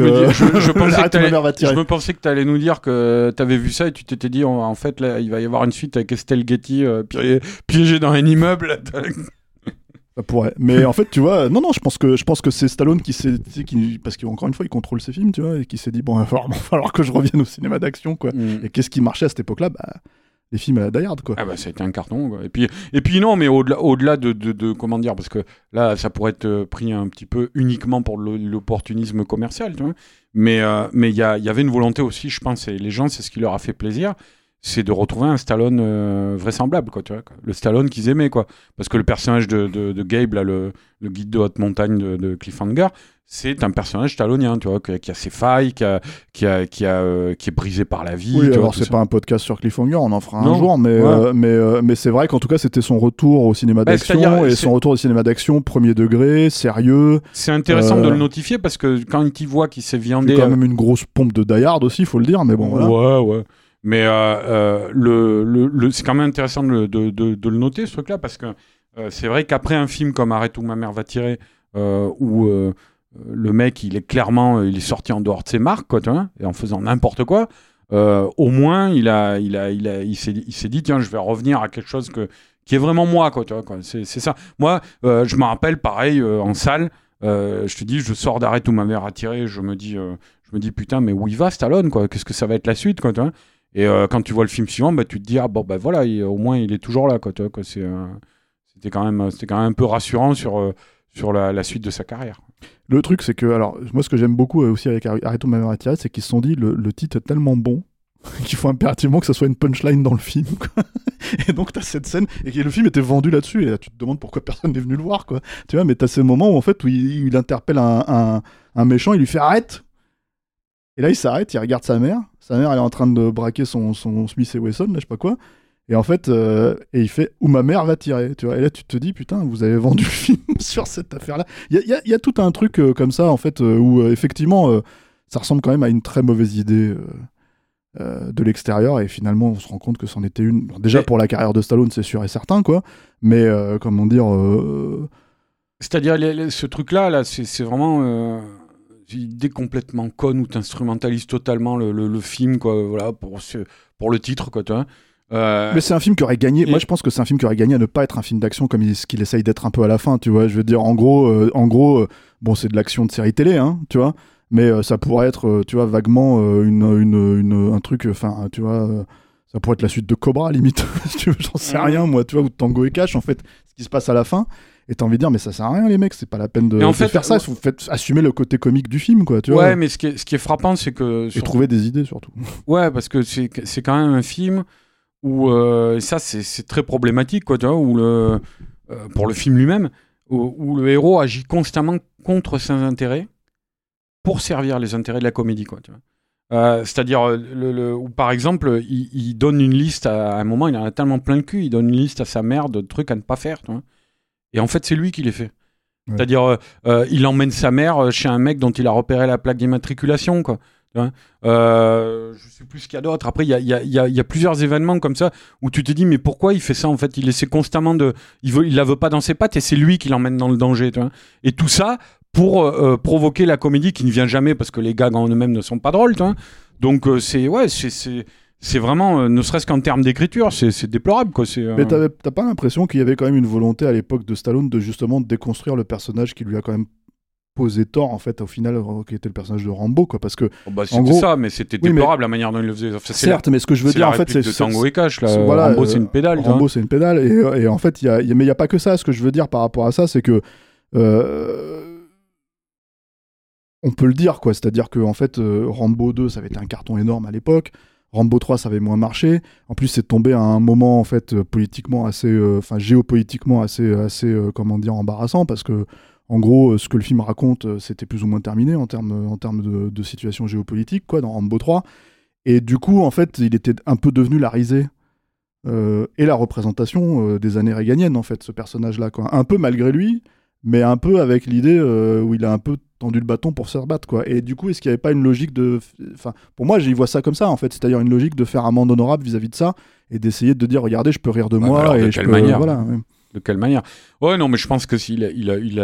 je pensais que t'allais nous dire que t'avais vu ça et tu t'étais dit, en fait là, il va y avoir une suite avec Estelle Getty piégée dans un immeuble. Ça pourrait. Mais en fait, tu vois, non, je pense que c'est Stallone parce qu'encore une fois, il contrôle ses films, tu vois, et qui s'est dit, bon, il va falloir que je revienne au cinéma d'action, quoi. Et qu'est-ce qui marchait à cette époque-là? Bah, les films à la Die Hard, quoi. Ah bah, ça a été un carton, quoi. Et puis non, mais au-delà de comment dire, parce que là, ça pourrait être pris un petit peu uniquement pour l'opportunisme commercial, tu vois. Mais il y avait une volonté aussi, je pense, et les gens, c'est ce qui leur a fait plaisir, c'est de retrouver un Stallone vraisemblable, quoi, tu vois, quoi. Le Stallone qu'ils aimaient, quoi. Parce que le personnage de Gabe, là, le guide de haute montagne de Cliffhanger, c'est un personnage stallonien, tu vois, qui a ses failles, qui est brisé par la vie. Oui, tu alors vois, c'est ça. Pas un podcast sur Cliffhanger, on en fera un jour, mais c'est vrai qu'en tout cas c'était son retour au cinéma d'action, son retour au cinénéma d'action premier degré, sérieux. C'est intéressant de le notifier parce que quand il voit qu'il s'est viandé... C'est quand même une grosse pompe de Die Hard aussi, il faut le dire, mais bon, voilà. Ouais. Mais c'est quand même intéressant de le noter, ce truc-là, parce que c'est vrai qu'après un film comme Arrête où ma mère va tirer, où le mec, il est sorti en dehors de ses marques, quoi, tu vois, et en faisant n'importe quoi, au moins, il s'est dit, tiens, je vais revenir à quelque chose qui est vraiment moi, quoi, tu vois, quoi. C'est ça. Moi, je me rappelle, pareil, en salle, je te dis, je sors d'Arrête où ma mère a tiré, je me dis, putain, mais où il va, Stallone, quoi? Qu'est-ce que ça va être la suite, quoi, tu vois? Et quand tu vois le film suivant, bah, tu te dis, ah bon, bah voilà, au moins il est toujours là, quoi, tu vois, quoi. C'était quand même un peu rassurant sur la suite de sa carrière. Le truc, c'est que, alors, moi, ce que j'aime beaucoup aussi avec Arrête où ma mère a tiré, c'est qu'ils se sont dit, le titre est tellement bon qu'il faut impérativement que ça soit une punchline dans le film, quoi. Et donc, t'as cette scène, et le film était vendu là-dessus, et là, tu te demandes pourquoi personne n'est venu le voir, quoi. Tu vois, mais t'as ces moments où, en fait, où il interpelle un méchant, il lui fait arrête! Et là, il s'arrête, il regarde sa mère. Sa mère, elle est en train de braquer son Smith & Wesson, là, je sais pas quoi. Et en fait, et il fait où ma mère va tirer, tu vois. Et là, tu te dis, putain, vous avez vendu le film sur cette affaire-là. Il y a tout un truc comme ça, en fait, où effectivement, ça ressemble quand même à une très mauvaise idée de l'extérieur. Et finalement, on se rend compte que c'en était une. Déjà, pour la carrière de Stallone, c'est sûr et certain, quoi. Mais, comment dire. C'est-à-dire, ce truc-là, là, c'est vraiment. Une idée complètement conne où t'instrumentalises totalement le film, quoi, voilà, pour le titre, quoi, tu vois. Mais c'est un film qui aurait gagné. Moi, je pense que c'est un film qui aurait gagné à ne pas être un film d'action comme ce qu'il essaye d'être un peu à la fin, tu vois. Je veux dire, en gros, bon, c'est de l'action de série télé, hein, tu vois. Mais ça pourrait être, tu vois, vaguement un truc, enfin, tu vois, ça pourrait être la suite de Cobra, limite. Tu vois, j'en sais rien, moi, tu vois, ou de Tango et Cash, en fait, ce qui se passe à la fin. Et t'as envie de dire, mais ça sert à rien, les mecs, c'est pas la peine de faire ça, il faut assumer le côté comique du film, quoi, tu vois. Ouais, mais ce qui est frappant, c'est que... Et trouver des idées, surtout. Ouais, parce que c'est quand même un film où, ça, c'est très problématique, quoi, tu vois, où pour le film lui-même, où le héros agit constamment contre ses intérêts pour servir les intérêts de la comédie, quoi, tu vois. C'est-à-dire, où par exemple, il donne une liste, à un moment, il en a tellement plein le cul, il donne une liste à sa mère de trucs à ne pas faire, tu vois. Et en fait, c'est lui qui les fait. Ouais. C'est-à-dire, il emmène sa mère chez un mec dont il a repéré la plaque d'immatriculation, quoi. Je sais plus ce qu'il y a d'autre. Après, il y a plusieurs événements comme ça où tu te dis, mais pourquoi il fait ça en fait? Il essaie constamment il la veut pas dans ses pattes et c'est lui qui l'emmène dans le danger. Et tout ça pour provoquer la comédie qui ne vient jamais parce que les gags en eux-mêmes ne sont pas drôles. Donc c'est vraiment, ne serait-ce qu'en termes d'écriture, c'est déplorable, quoi. Mais t'as pas l'impression qu'il y avait quand même une volonté à l'époque de Stallone de justement déconstruire le personnage qui lui a quand même posé tort, en fait, au final, qui était le personnage de Rambo, quoi, parce que... c'était gros, ça, mais c'était déplorable la manière dont il le faisait. Enfin, certes, mais ce que je veux dire, en fait, c'est... Tango et Cash, là. Voilà, Rambo, c'est une pédale. Rambo, c'est une pédale, et en fait, mais il n'y a pas que ça. Ce que je veux dire par rapport à ça, c'est que... on peut le dire, quoi. C'est-à-dire que, en fait, Rambo 2, ça avait été un carton énorme à l'époque. Rambo 3, ça avait moins marché. En plus, c'est tombé à un moment, en fait, politiquement assez... géopolitiquement assez comment dire, embarrassant, parce que, en gros, ce que le film raconte, c'était plus ou moins terminé en termes de situation géopolitique, quoi, dans Rambo 3. Et du coup, en fait, il était un peu devenu la risée et la représentation des années réganiennes, en fait, ce personnage-là, quoi. Un peu malgré lui, mais un peu avec l'idée où il a un peu tendu le bâton pour se rebattre, quoi. Et du coup, est-ce qu'il n'y avait pas une logique de... Enfin, pour moi, j'y vois ça comme ça, en fait. C'est-à-dire une logique de faire amende honorable vis-à-vis de ça et d'essayer de dire, regardez, je peux rire de moi. Alors, et de quelle manière De quelle manière? Ouais, non, mais je pense que il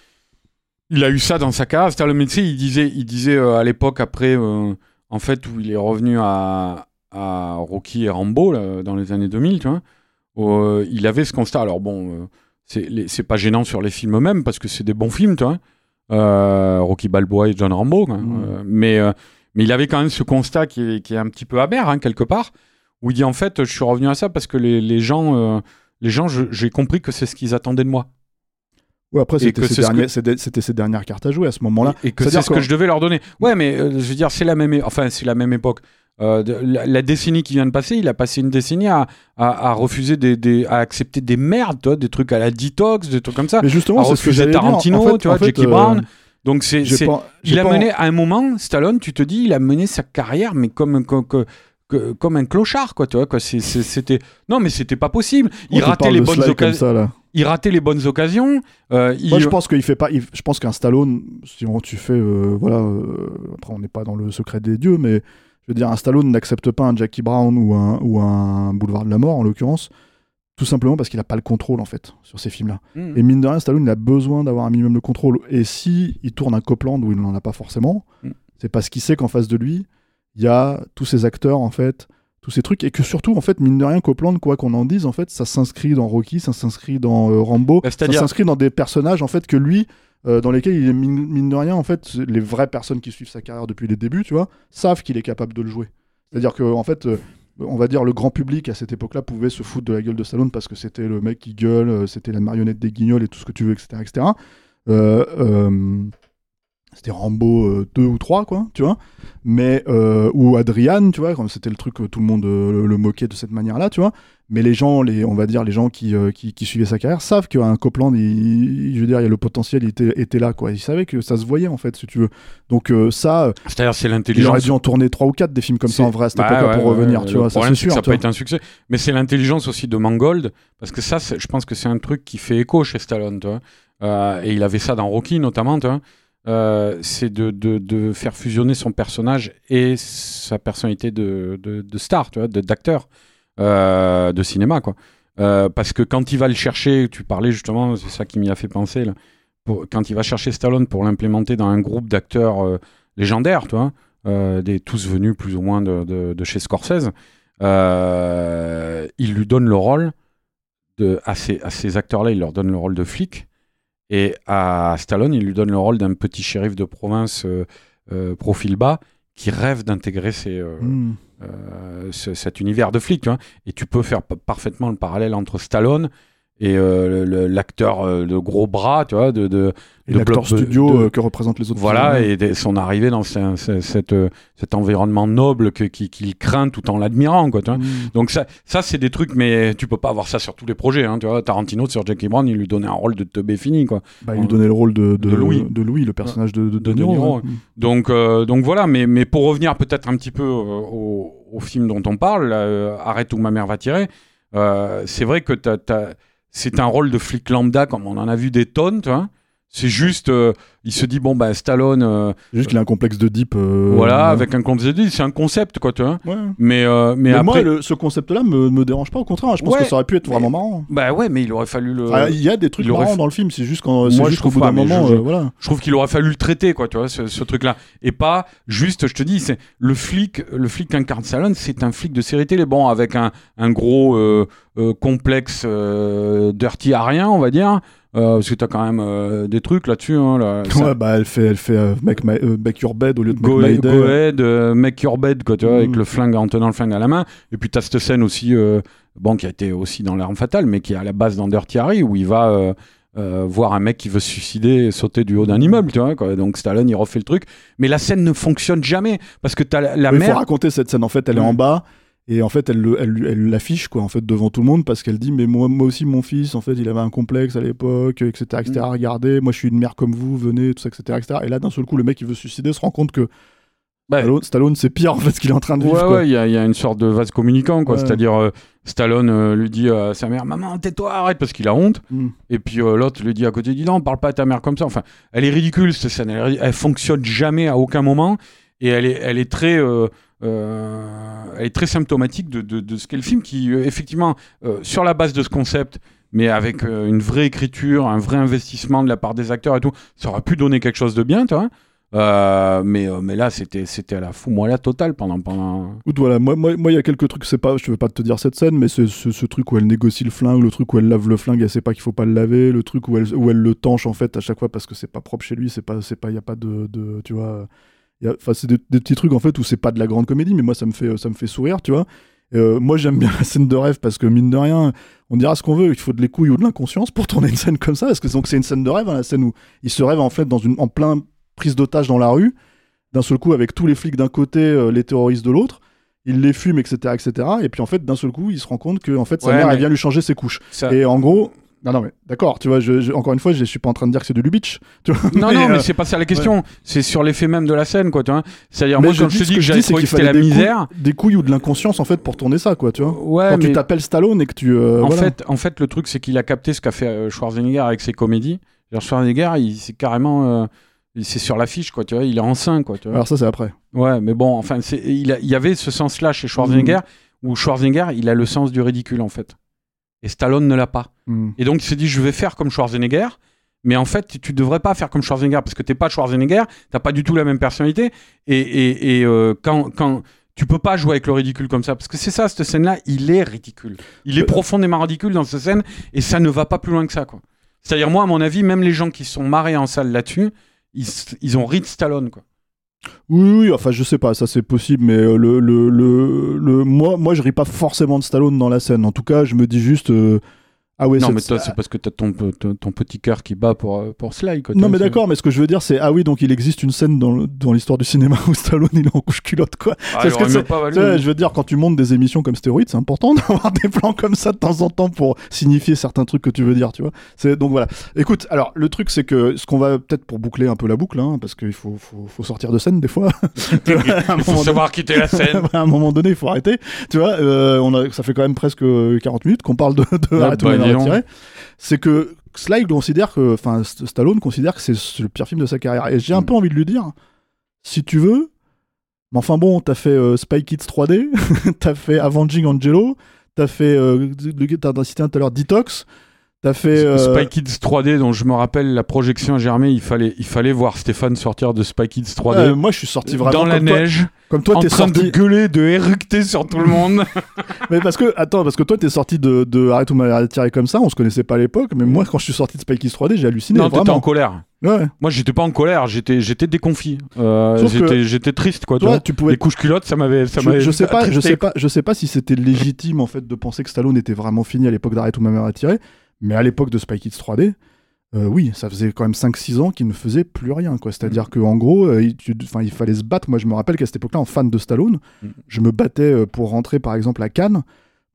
a eu ça dans sa carrière. C'est-à-dire, le médecin, il disait à l'époque, après, en fait, où il est revenu à Rocky et Rambo, là, dans les années 2000, tu vois, il avait ce constat. Alors bon... c'est pas gênant sur les films eux-mêmes parce que c'est des bons films, tu vois. Rocky Balboa et John Rambo, mais il avait quand même ce constat qui est un petit peu amer, hein, quelque part, où il dit en fait, je suis revenu à ça parce que les gens, j'ai compris que c'est ce qu'ils attendaient de moi. Ouais, après, c'était ses dernières cartes à jouer à ce moment-là. Et que c'est ce que je devais leur donner. Ouais, mais je veux dire, c'est la même époque. La décennie qui vient de passer, il a passé une décennie à refuser à accepter des merdes, toi, des trucs à la Detox, des trucs comme ça. Mais justement, à refuser Tarantino, tu vois, Jackie Brown. Donc il a mené à un moment, Stallone, tu te dis, il a mené sa carrière, mais comme un clochard, quoi, tu vois, quoi. C'était non, mais c'était pas possible. Il ratait les bonnes occasions. Il ratait les bonnes occasions. Moi, je pense qu'il fait pas. Je pense qu'un Stallone, si tu fais, après, on n'est pas dans le secret des dieux, mais je veux dire, un Stallone n'accepte pas un Jackie Brown ou un Boulevard de la Mort, en l'occurrence, tout simplement parce qu'il n'a pas le contrôle, en fait, sur ces films-là. Et mine de rien, Stallone, il a besoin d'avoir un minimum de contrôle. Et si il tourne un Copland où il n'en a pas forcément, c'est parce qu'il sait qu'en face de lui, il y a tous ces acteurs, en fait, tous ces trucs, et que surtout, en fait, mine de rien, Copland, quoi qu'on en dise, en fait, ça s'inscrit dans Rocky, ça s'inscrit dans Rambo, ça s'inscrit dans des personnages, en fait, que lui... dans lesquels il est mine de rien, en fait, les vraies personnes qui suivent sa carrière depuis les débuts, tu vois, savent qu'il est capable de le jouer. C'est-à-dire que, en fait, on va dire le grand public à cette époque-là pouvait se foutre de la gueule de Stallone parce que c'était le mec qui gueule, c'était la marionnette des Guignols et tout ce que tu veux, etc., etc. C'était Rambo 2 ou 3, quoi, tu vois. Mais, ou Adrian, tu vois, comme c'était le truc que tout le monde le moquait de cette manière-là, tu vois. Mais les gens, on va dire les gens qui suivaient sa carrière savent qu'un Copland, je veux dire, il y a le potentiel, il était là, quoi. Ils savaient que ça se voyait, en fait, si tu veux. Donc ça, c'est-à-dire, c'est l'intelligence. Il aurait dû en tourner 3 ou 4 des films comme ça en vrai à cette époque-là pour revenir, tu vois. Le problème, c'est que ça n'a pas été un succès. Mais c'est l'intelligence aussi de Mangold, parce que ça, je pense que c'est un truc qui fait écho chez Stallone, tu vois. Et il avait ça dans Rocky, notamment, tu vois. C'est de faire fusionner son personnage et sa personnalité de star, tu vois, d'acteur de cinéma, quoi. Parce que quand il va le chercher, tu parlais justement, c'est ça qui m'y a fait penser, là, quand il va chercher Stallone pour l'implémenter dans un groupe d'acteurs légendaires, tu vois, tous venus plus ou moins de chez Scorsese, il lui donne le rôle à ces acteurs-là, il leur donne le rôle de flic. Et à Stallone, il lui donne le rôle d'un petit shérif de province profil bas qui rêve d'intégrer cet univers de flic. Tu vois. Et tu peux faire parfaitement le parallèle entre Stallone et l'acteur de gros bras, tu vois, et l'acteur studio que représentent les autres. Voilà, et son arrivée dans cet environnement noble qu'il craint tout en l'admirant, quoi. Tu vois. Donc ça c'est des trucs, mais tu peux pas avoir ça sur tous les projets. Hein, tu vois. Tarantino sur Jackie Brown, il lui donnait un rôle de teubé fini, quoi. Il lui donnait le rôle de Louis, le personnage de Niro. Donc voilà, mais pour revenir peut-être un petit peu au film dont on parle, Arrête où ma mère va tirer. C'est vrai que c'est un rôle de flic lambda comme on en a vu des tonnes, tu vois. C'est juste, il se dit, bon, Stallone... juste qu'il a un complexe de deep. Voilà, avec un complexe de deep, c'est un concept, quoi, tu vois. Ouais. Mais après... moi, ce concept-là me dérange pas, au contraire. Je pense que ça aurait pu être vraiment marrant. Bah ouais, mais il aurait fallu le... Il y a des trucs marrants dans le film, c'est juste qu'au bout d'un moment... voilà. Je trouve qu'il aurait fallu le traiter, quoi, tu vois, ce truc-là. Et pas juste, je te dis, c'est le flic qu'incarne Stallone, c'est un flic de série télé, bon, avec un gros complexe dirty arien, on va dire. Parce que t'as quand même des trucs là-dessus. Hein, là, elle fait make your bed au lieu de go ahead, make your bed, quoi, tu vois, avec le flingue, en tenant le flingue à la main. Et puis t'as cette scène aussi, qui a été aussi dans L'Arme Fatale, mais qui est à la base dans Dirty Harry, où il va voir un mec qui veut se suicider et sauter du haut d'un immeuble, tu vois, quoi. Donc Stallone, il refait le truc. Mais la scène ne fonctionne jamais, parce que t'as la mère... Il faut raconter cette scène, en fait, elle est en bas. Et en fait, elle l'affiche, quoi, en fait, devant tout le monde, parce qu'elle dit, mais moi aussi, mon fils, en fait, il avait un complexe à l'époque, etc., etc. Regardez, moi, je suis une mère comme vous, venez, tout ça, etc., etc. Et là, d'un seul coup, le mec, il veut se suicider, se rend compte que Stallone, c'est pire, en fait, ce qu'il est en train de vivre. Ouais, il y a une sorte de vase communicant, quoi. Ouais. C'est-à-dire, Stallone lui dit à sa mère, maman, tais-toi, arrête, parce qu'il a honte. Et puis l'autre lui dit à côté, dis non, parle pas à ta mère comme ça. Enfin, elle est ridicule, cette scène. Elle fonctionne jamais à aucun moment. Et elle est très symptomatique de ce qu'est le film, qui effectivement sur la base de ce concept, mais avec une vraie écriture, un vrai investissement de la part des acteurs et tout, ça aurait pu donner quelque chose de bien, tu vois. Mais là c'était à la foumoila totale pendant... Voilà, moi il y a quelques trucs, je veux pas te dire cette scène, mais c'est ce truc où elle négocie le flingue, le truc où elle lave le flingue, elle sait pas qu'il faut pas le laver, le truc où elle le tanche en fait à chaque fois parce que c'est pas propre chez lui, il y a pas de tu vois. C'est des petits trucs en fait où c'est pas de la grande comédie, mais moi ça me fait sourire, tu vois. Moi j'aime bien la scène de rêve parce que mine de rien, on dira ce qu'on veut, il faut de les couilles ou de l'inconscience pour tourner une scène comme ça, parce que donc c'est une scène de rêve, hein, la scène où il se rêve en fait en plein prise d'otage dans la rue, d'un seul coup avec tous les flics d'un côté, les terroristes de l'autre, il les fume, etc., etc. Et puis en fait d'un seul coup il se rend compte que en fait sa mère elle vient lui changer ses couches. Et en gros non mais d'accord, tu vois, encore une fois, je suis pas en train de dire que c'est de Lubitsch, tu vois. Non, mais c'est pas ça la question. Ouais. C'est sur l'effet même de la scène, quoi, tu vois. C'est-à-dire, moi, quand je te dis que j'avais trouvé que c'était la misère... Des couilles ou de l'inconscience, en fait, pour tourner ça, quoi, tu vois. Ouais, quand tu t'appelles Stallone et que tu... En fait, le truc, c'est qu'il a capté ce qu'a fait Schwarzenegger avec ses comédies. Alors, Schwarzenegger, c'est carrément... c'est sur l'affiche, quoi, tu vois. Il est enceint, quoi, tu vois. Alors ça, c'est après. Ouais, mais bon, enfin, il y avait ce sens-là chez Schwarzenegger, où Schwarzenegger, il a le sens du ridicule, en fait. Et Stallone ne l'a pas. Et donc il s'est dit, je vais faire comme Schwarzenegger, mais en fait tu devrais pas faire comme Schwarzenegger parce que t'es pas Schwarzenegger, t'as pas du tout la même personnalité, et quand tu peux pas jouer avec le ridicule comme ça, parce que c'est ça, cette scène-là, il est ridicule, il est profondément ridicule dans cette scène, et ça ne va pas plus loin que ça, quoi. C'est-à-dire, moi à mon avis, même les gens qui sont marrés en salle là-dessus, ils ont ri de Stallone, quoi. Oui, enfin je sais pas, ça c'est possible, mais moi je ris pas forcément de Stallone dans la scène. En tout cas, je me dis juste ah ouais. Non, mais toi c'est parce que t'as ton petit cœur qui bat pour Sly, quoi. Non, mais d'accord, mais ce que je veux dire c'est donc il existe une scène dans l'histoire du cinéma où Stallone il est en couche culotte, quoi. Parce que je veux dire, quand tu montes des émissions comme Stéroïdes, c'est important d'avoir des plans comme ça de temps en temps pour signifier certains trucs que tu veux dire, tu vois. Donc voilà. Écoute, alors le truc c'est que ce qu'on va peut-être pour boucler un peu la boucle, hein, parce qu'il faut sortir de scène des fois. Il faut savoir quitter la scène. À un moment donné, il faut arrêter. Tu vois, ça fait quand même presque 40 minutes qu'on parle de Arrête ou retirer. C'est que Sly considère que, Stallone considère que c'est le pire film de sa carrière. Et j'ai un peu envie de lui dire, si tu veux, mais enfin bon, t'as fait Spy Kids 3D, t'as fait Avenging Angelo, t'as fait, t'as cité tout à l'heure Detox. T'as fait Spy Kids 3D, dont je me rappelle la projection à Germain, il fallait voir Stéphane sortir de Spy Kids 3D. Moi je suis sorti vraiment dans la neige, comme toi, en train de gueuler, de éructer sur tout le monde. Mais parce que toi t'es sorti de Arrête ou m'arrête tirer comme ça, on se connaissait pas à l'époque, mais moi quand je suis sorti de Spy Kids 3D, j'ai halluciné. Non, vraiment. t'étais en colère. Ouais. Moi j'étais pas en colère, j'étais déconfit. J'étais triste, quoi. Toi, tu pouvais... Les couches culottes, ça m'avait je sais pas si c'était légitime en fait de penser que Stallone était vraiment fini à l'époque d'Arrête ou m'arrête tirer. Mais à l'époque de Spy Kids 3D, oui, ça faisait quand même 5-6 ans qu'il ne faisait plus rien, quoi. C'est-à-dire qu'en gros, il fallait se battre. Moi, je me rappelle qu'à cette époque-là, en fan de Stallone, je me battais pour rentrer, par exemple, à Cannes,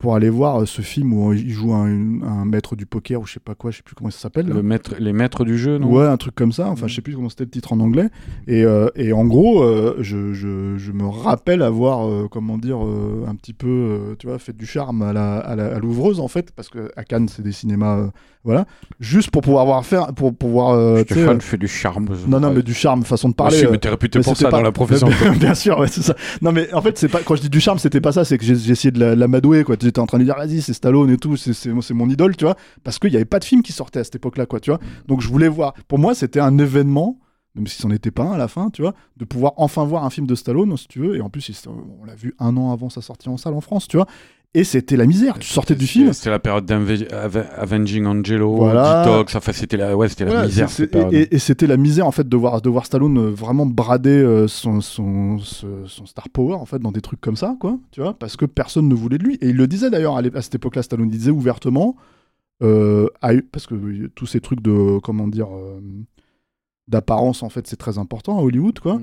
pour aller voir ce film où il joue un maître du poker ou je sais pas quoi, je sais plus comment ça s'appelle. Les maîtres du jeu, non ? Ouais, un truc comme ça. Enfin, je sais plus comment c'était le titre en anglais. Et en gros, je me rappelle avoir, un petit peu, tu vois, fait du charme à l'ouvreuse en fait, parce que à Cannes, c'est des cinémas, voilà, juste pour pouvoir pour pouvoir. Stéphane fait du charme. Non, mais du charme, façon de parler. Aussi, mais t'es réputé pour ça dans la profession. Bien sûr, ouais, c'est ça. Non, mais en fait, c'est pas quand je dis du charme, c'était pas ça, c'est que j'ai essayé de l'amadouer, quoi. J'étais en train de dire, vas-y, c'est Stallone et tout, c'est mon idole, tu vois, parce qu'il y avait pas de film qui sortait à cette époque-là, quoi, tu vois. Donc je voulais voir. Pour moi, c'était un événement, même si c'en était pas un à la fin, tu vois, de pouvoir enfin voir un film de Stallone, si tu veux. Et en plus, on l'a vu 1 an avant sa sortie en salle en France, tu vois. Et c'était la misère. Tu sortais du film. C'était la période d'Avenging Angelo, voilà. Detox. Enfin, c'était la misère. Et c'était la misère en fait de voir Stallone vraiment brader son star power en fait dans des trucs comme ça, quoi. Tu vois, parce que personne ne voulait de lui. Et il le disait d'ailleurs à cette époque-là. Stallone disait ouvertement, parce que tous ces trucs de d'apparence en fait, c'est très important à Hollywood, quoi.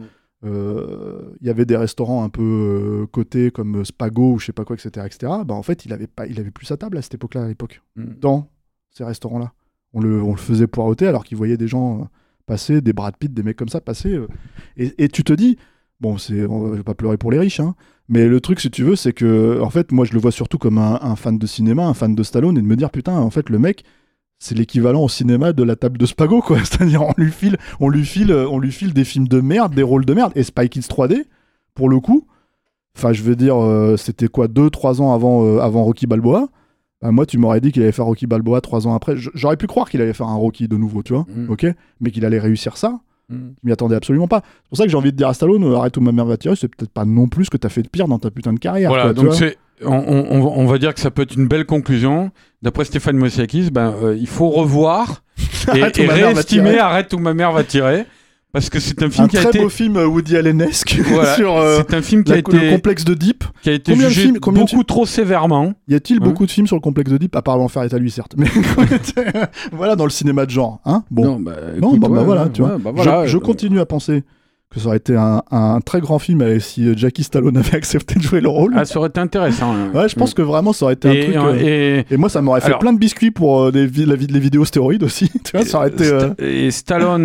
Il y avait des restaurants un peu cotés comme Spago ou je sais pas quoi, etc. Bah, en fait, il avait plus sa table à cette époque-là, dans ces restaurants-là. On le faisait poireauter alors qu'il voyait des gens passer, des Brad Pitt, des mecs comme ça passer. Et tu te dis, bon, je vais pas pleurer pour les riches, hein, mais le truc, si tu veux, c'est que, en fait, moi, je le vois surtout comme un fan de cinéma, un fan de Stallone, et de me dire, putain, en fait, le mec, c'est l'équivalent au cinéma de la table de Spago, quoi. C'est-à-dire, on lui file des films de merde, des rôles de merde. Et Spy Kids 3D, pour le coup, enfin, je veux dire, c'était quoi, 2-3 ans avant Rocky Balboa. Moi, tu m'aurais dit qu'il allait faire Rocky Balboa 3 ans après. J'aurais pu croire qu'il allait faire un Rocky de nouveau, tu vois, ok, mais qu'il allait réussir ça. Je m'y attendais absolument pas. C'est pour ça que j'ai envie de dire à Stallone, arrête où ma mère va tirer, c'est peut-être pas non plus ce que t'as fait de pire dans ta putain de carrière. Voilà, quoi, donc on va dire que ça peut être une belle conclusion. D'après Stéphane Moïsakis, il faut revoir et réestimer Arrête où ma mère va tirer. Parce que c'est un film qui a été... Un très beau film Woody Allen-esque sur c'est un film qui a été... le complexe d'Oedipe. Qui a été jugé beaucoup trop sévèrement. Y a-t-il beaucoup de films sur le complexe d'Oedipe, à part l'enfer est à lui, certes. Mais voilà, dans le cinéma de genre. Hein, bon. Voilà, tu vois. Voilà, je continue à penser que ça aurait été un très grand film si Jackie Stallone avait accepté de jouer le rôle. Ah, ça aurait été intéressant. Ouais, je pense que vraiment ça aurait été un truc. Et moi, ça m'aurait fait plein de biscuits pour les vidéos stéroïdes aussi. Tu vois, ça aurait été. Et Stallone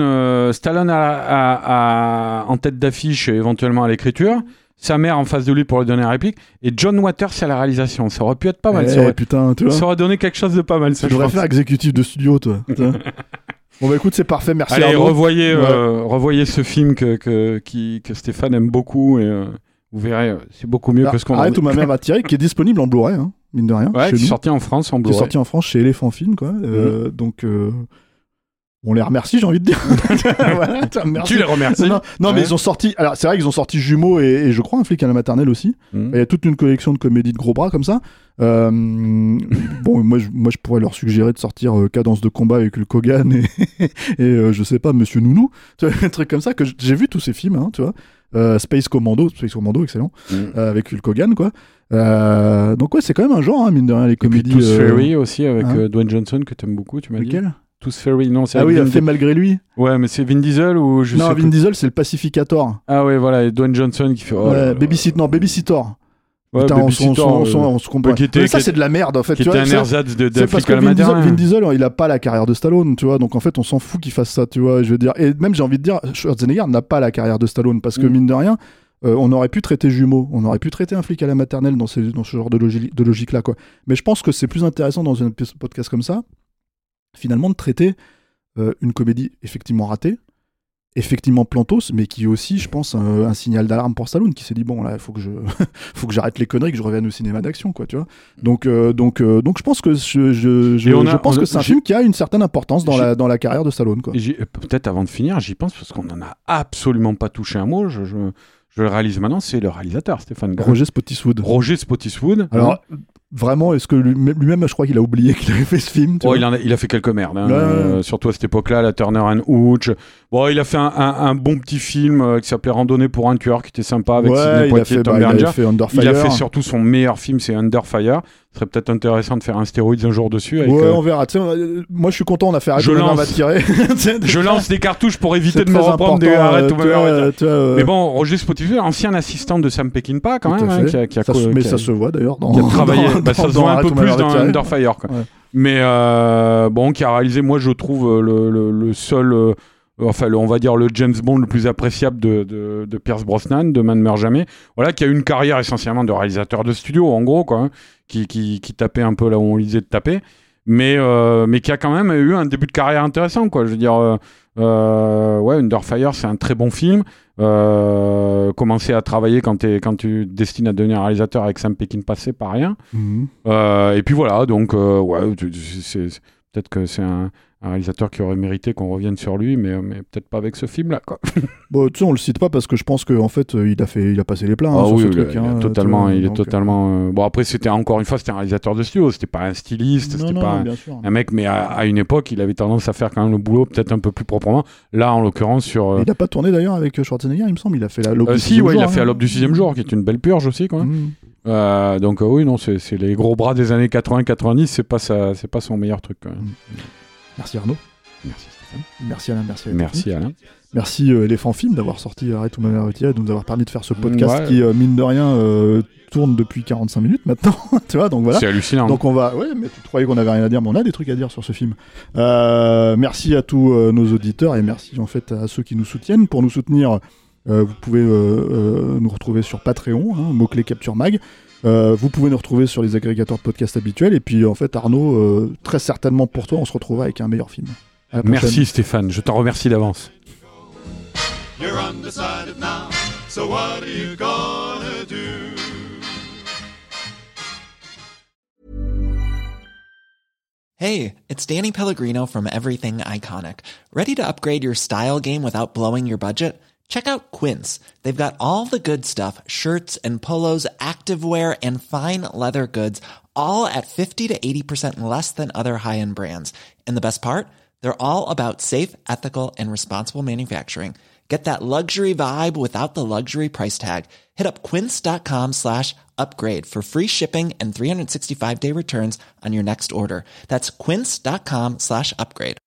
en tête d'affiche, éventuellement à l'écriture. Sa mère en face de lui pour lui donner la réplique. Et John Waters à la réalisation. Ça aurait pu être pas mal. Putain, tu vois. Ça aurait donné quelque chose de pas mal. Tu devrais faire exécutif de studio, toi. Bon bah écoute, c'est parfait, merci. Allez, revoyez ce film que Stéphane aime beaucoup et vous verrez, c'est beaucoup mieux que ce qu'on a. Arrête où ma mère va tirer, qui est disponible en Blu-ray, hein, mine de rien. Ouais, qui est sorti en France en Blu-ray. Qui est sorti en France chez Elephant Film, quoi. Donc on les remercie, j'ai envie de dire. Voilà, tu les remercies. Non, mais ils ont sorti. Alors c'est vrai qu'ils ont sorti Jumeaux et je crois un flic à la maternelle aussi. Il y a toute une collection de comédies de gros bras comme ça. Bon, moi je pourrais leur suggérer de sortir Cadence de combat avec Hulk Hogan et je sais pas, Monsieur Nounou, tu vois, un truc comme ça que j'ai vu tous ces films, hein, tu vois. Space Commando, excellent, avec Hulk Hogan, quoi. Donc ouais, c'est quand même un genre, hein, mine de rien, les comédies. Et puis Tooth Fairy aussi avec Dwayne Johnson que t'aimes beaucoup, tu m'as dit. Lequel ? Tooth Fairy, non, c'est il a fait Malgré lui. Ouais, mais c'est Vin Diesel ou je sais pas. Non, Vin Diesel, c'est le Pacificator. Ah ouais, voilà, et Dwayne Johnson qui fait. Babysitter. Ouais, putain, on se comprend. Mais ça, c'est de la merde, en fait. Qui était un ersatz de flic à la maternelle. Vin Diesel, il a pas la carrière de Stallone, tu vois. Donc en fait, on s'en fout qu'il fasse ça, tu vois. Je veux dire. Et même, j'ai envie de dire, Schwarzenegger n'a pas la carrière de Stallone parce que mine de rien. On aurait pu traiter Jumeaux, on aurait pu traiter un flic à la maternelle dans ce genre de logique-là, quoi. Mais je pense que c'est plus intéressant dans un podcast comme ça, finalement, de traiter une comédie effectivement ratée, effectivement plantos, mais qui est aussi, je pense, un signal d'alarme pour Stallone, qui s'est dit, bon, là, il faut que j'arrête les conneries, que je revienne au cinéma d'action, quoi, tu vois. Donc je pense que je pense que c'est un film qui a une certaine importance dans la carrière de Stallone, quoi. Peut-être avant de finir, j'y pense, parce qu'on n'en a absolument pas touché un mot, je le réalise maintenant, c'est le réalisateur, Stéphane. Roger Spottiswoode. Alors, vraiment, est-ce que lui-même, je crois qu'il a oublié qu'il avait fait ce film, il a fait quelques merdes, hein, surtout à cette époque-là, la Turner and Hooch. Bon, il a fait un bon petit film qui s'appelait Randonnée pour un tueur, qui était sympa avec Sidney Poitier et Tom Berenger. Il a fait surtout son meilleur film, c'est Under Fire. Ce serait peut-être intéressant de faire un stéroïde un jour dessus. Avec, on verra. Moi, je suis content, on a fait Arrête ou ma mère va tirer. Je lance des cartouches pour éviter de me reprendre des Arrête ou ma mère va tirer. Mais bon, Roger Spotify, ancien assistant de Sam Peckinpah quand même, ça se voit d'ailleurs dans. Qui a travaillé. Ça se voit un peu plus dans Under Fire. Mais bon, qui a réalisé, moi, je trouve le seul. On va dire le James Bond le plus appréciable de Pierce Brosnan, de Man meurt jamais. Voilà, qui a eu une carrière essentiellement de réalisateur de studio, en gros, quoi, hein, qui tapait un peu là où on lui disait de taper, mais qui a quand même eu un début de carrière intéressant, quoi. Je veux dire, Under Fire, c'est un très bon film. Commencer à travailler quand tu destines à devenir réalisateur avec Sam Peckinpah, c'est pas rien. Et puis voilà, donc peut-être que c'est un réalisateur qui aurait mérité qu'on revienne sur lui, mais peut-être pas avec ce film-là, quoi. Bon, tu sais, on le cite pas parce que je pense qu'en fait, il a passé les plats sur ce truc. Il est totalement. Bon, après, c'était un réalisateur de studio, c'était pas un styliste, c'était pas un mec, mais à une époque, il avait tendance à faire quand même le boulot peut-être un peu plus proprement. Là, en l'occurrence, sur. Il a pas tourné d'ailleurs avec Schwarzenegger, il me semble. Il a fait l'Aube du 6e jour. Il a fait l'Aube du 6e jour, qui est une belle purge aussi, quoi. Donc oui, non, c'est les gros bras des années 80-90, c'est pas son meilleur truc, quand même. Merci Arnaud. Merci Stéphane. Merci Alain. Merci Alain. Merci Éléphant Film d'avoir sorti Arrête ou ma mère va tirer, de nous avoir permis de faire ce podcast qui, mine de rien, tourne depuis 45 minutes maintenant. Tu vois, donc voilà. C'est hallucinant. Donc on va. Ouais, mais tu croyais qu'on avait rien à dire, mais on a des trucs à dire sur ce film. Merci à tous nos auditeurs et merci en fait à ceux qui nous soutiennent. Pour nous soutenir, vous pouvez nous retrouver sur Patreon, mot-clé Capture Mag. Vous pouvez nous retrouver sur les agrégateurs de podcasts habituels. Et puis, en fait, Arnaud, très certainement pour toi, on se retrouvera avec un meilleur film. Merci Stéphane, je t'en remercie d'avance. You're undecided now, so what are you gonna do? Hey, it's Danny Pellegrino from Everything Iconic. Ready to upgrade your style game without blowing your budget? Check out Quince. They've got all the good stuff, shirts and polos, activewear, and fine leather goods, all at 50 to 80% less than other high-end brands. And the best part? They're all about safe, ethical, and responsible manufacturing. Get that luxury vibe without the luxury price tag. Hit up quince.com/upgrade for free shipping and 365-day returns on your next order. That's quince.com/upgrade.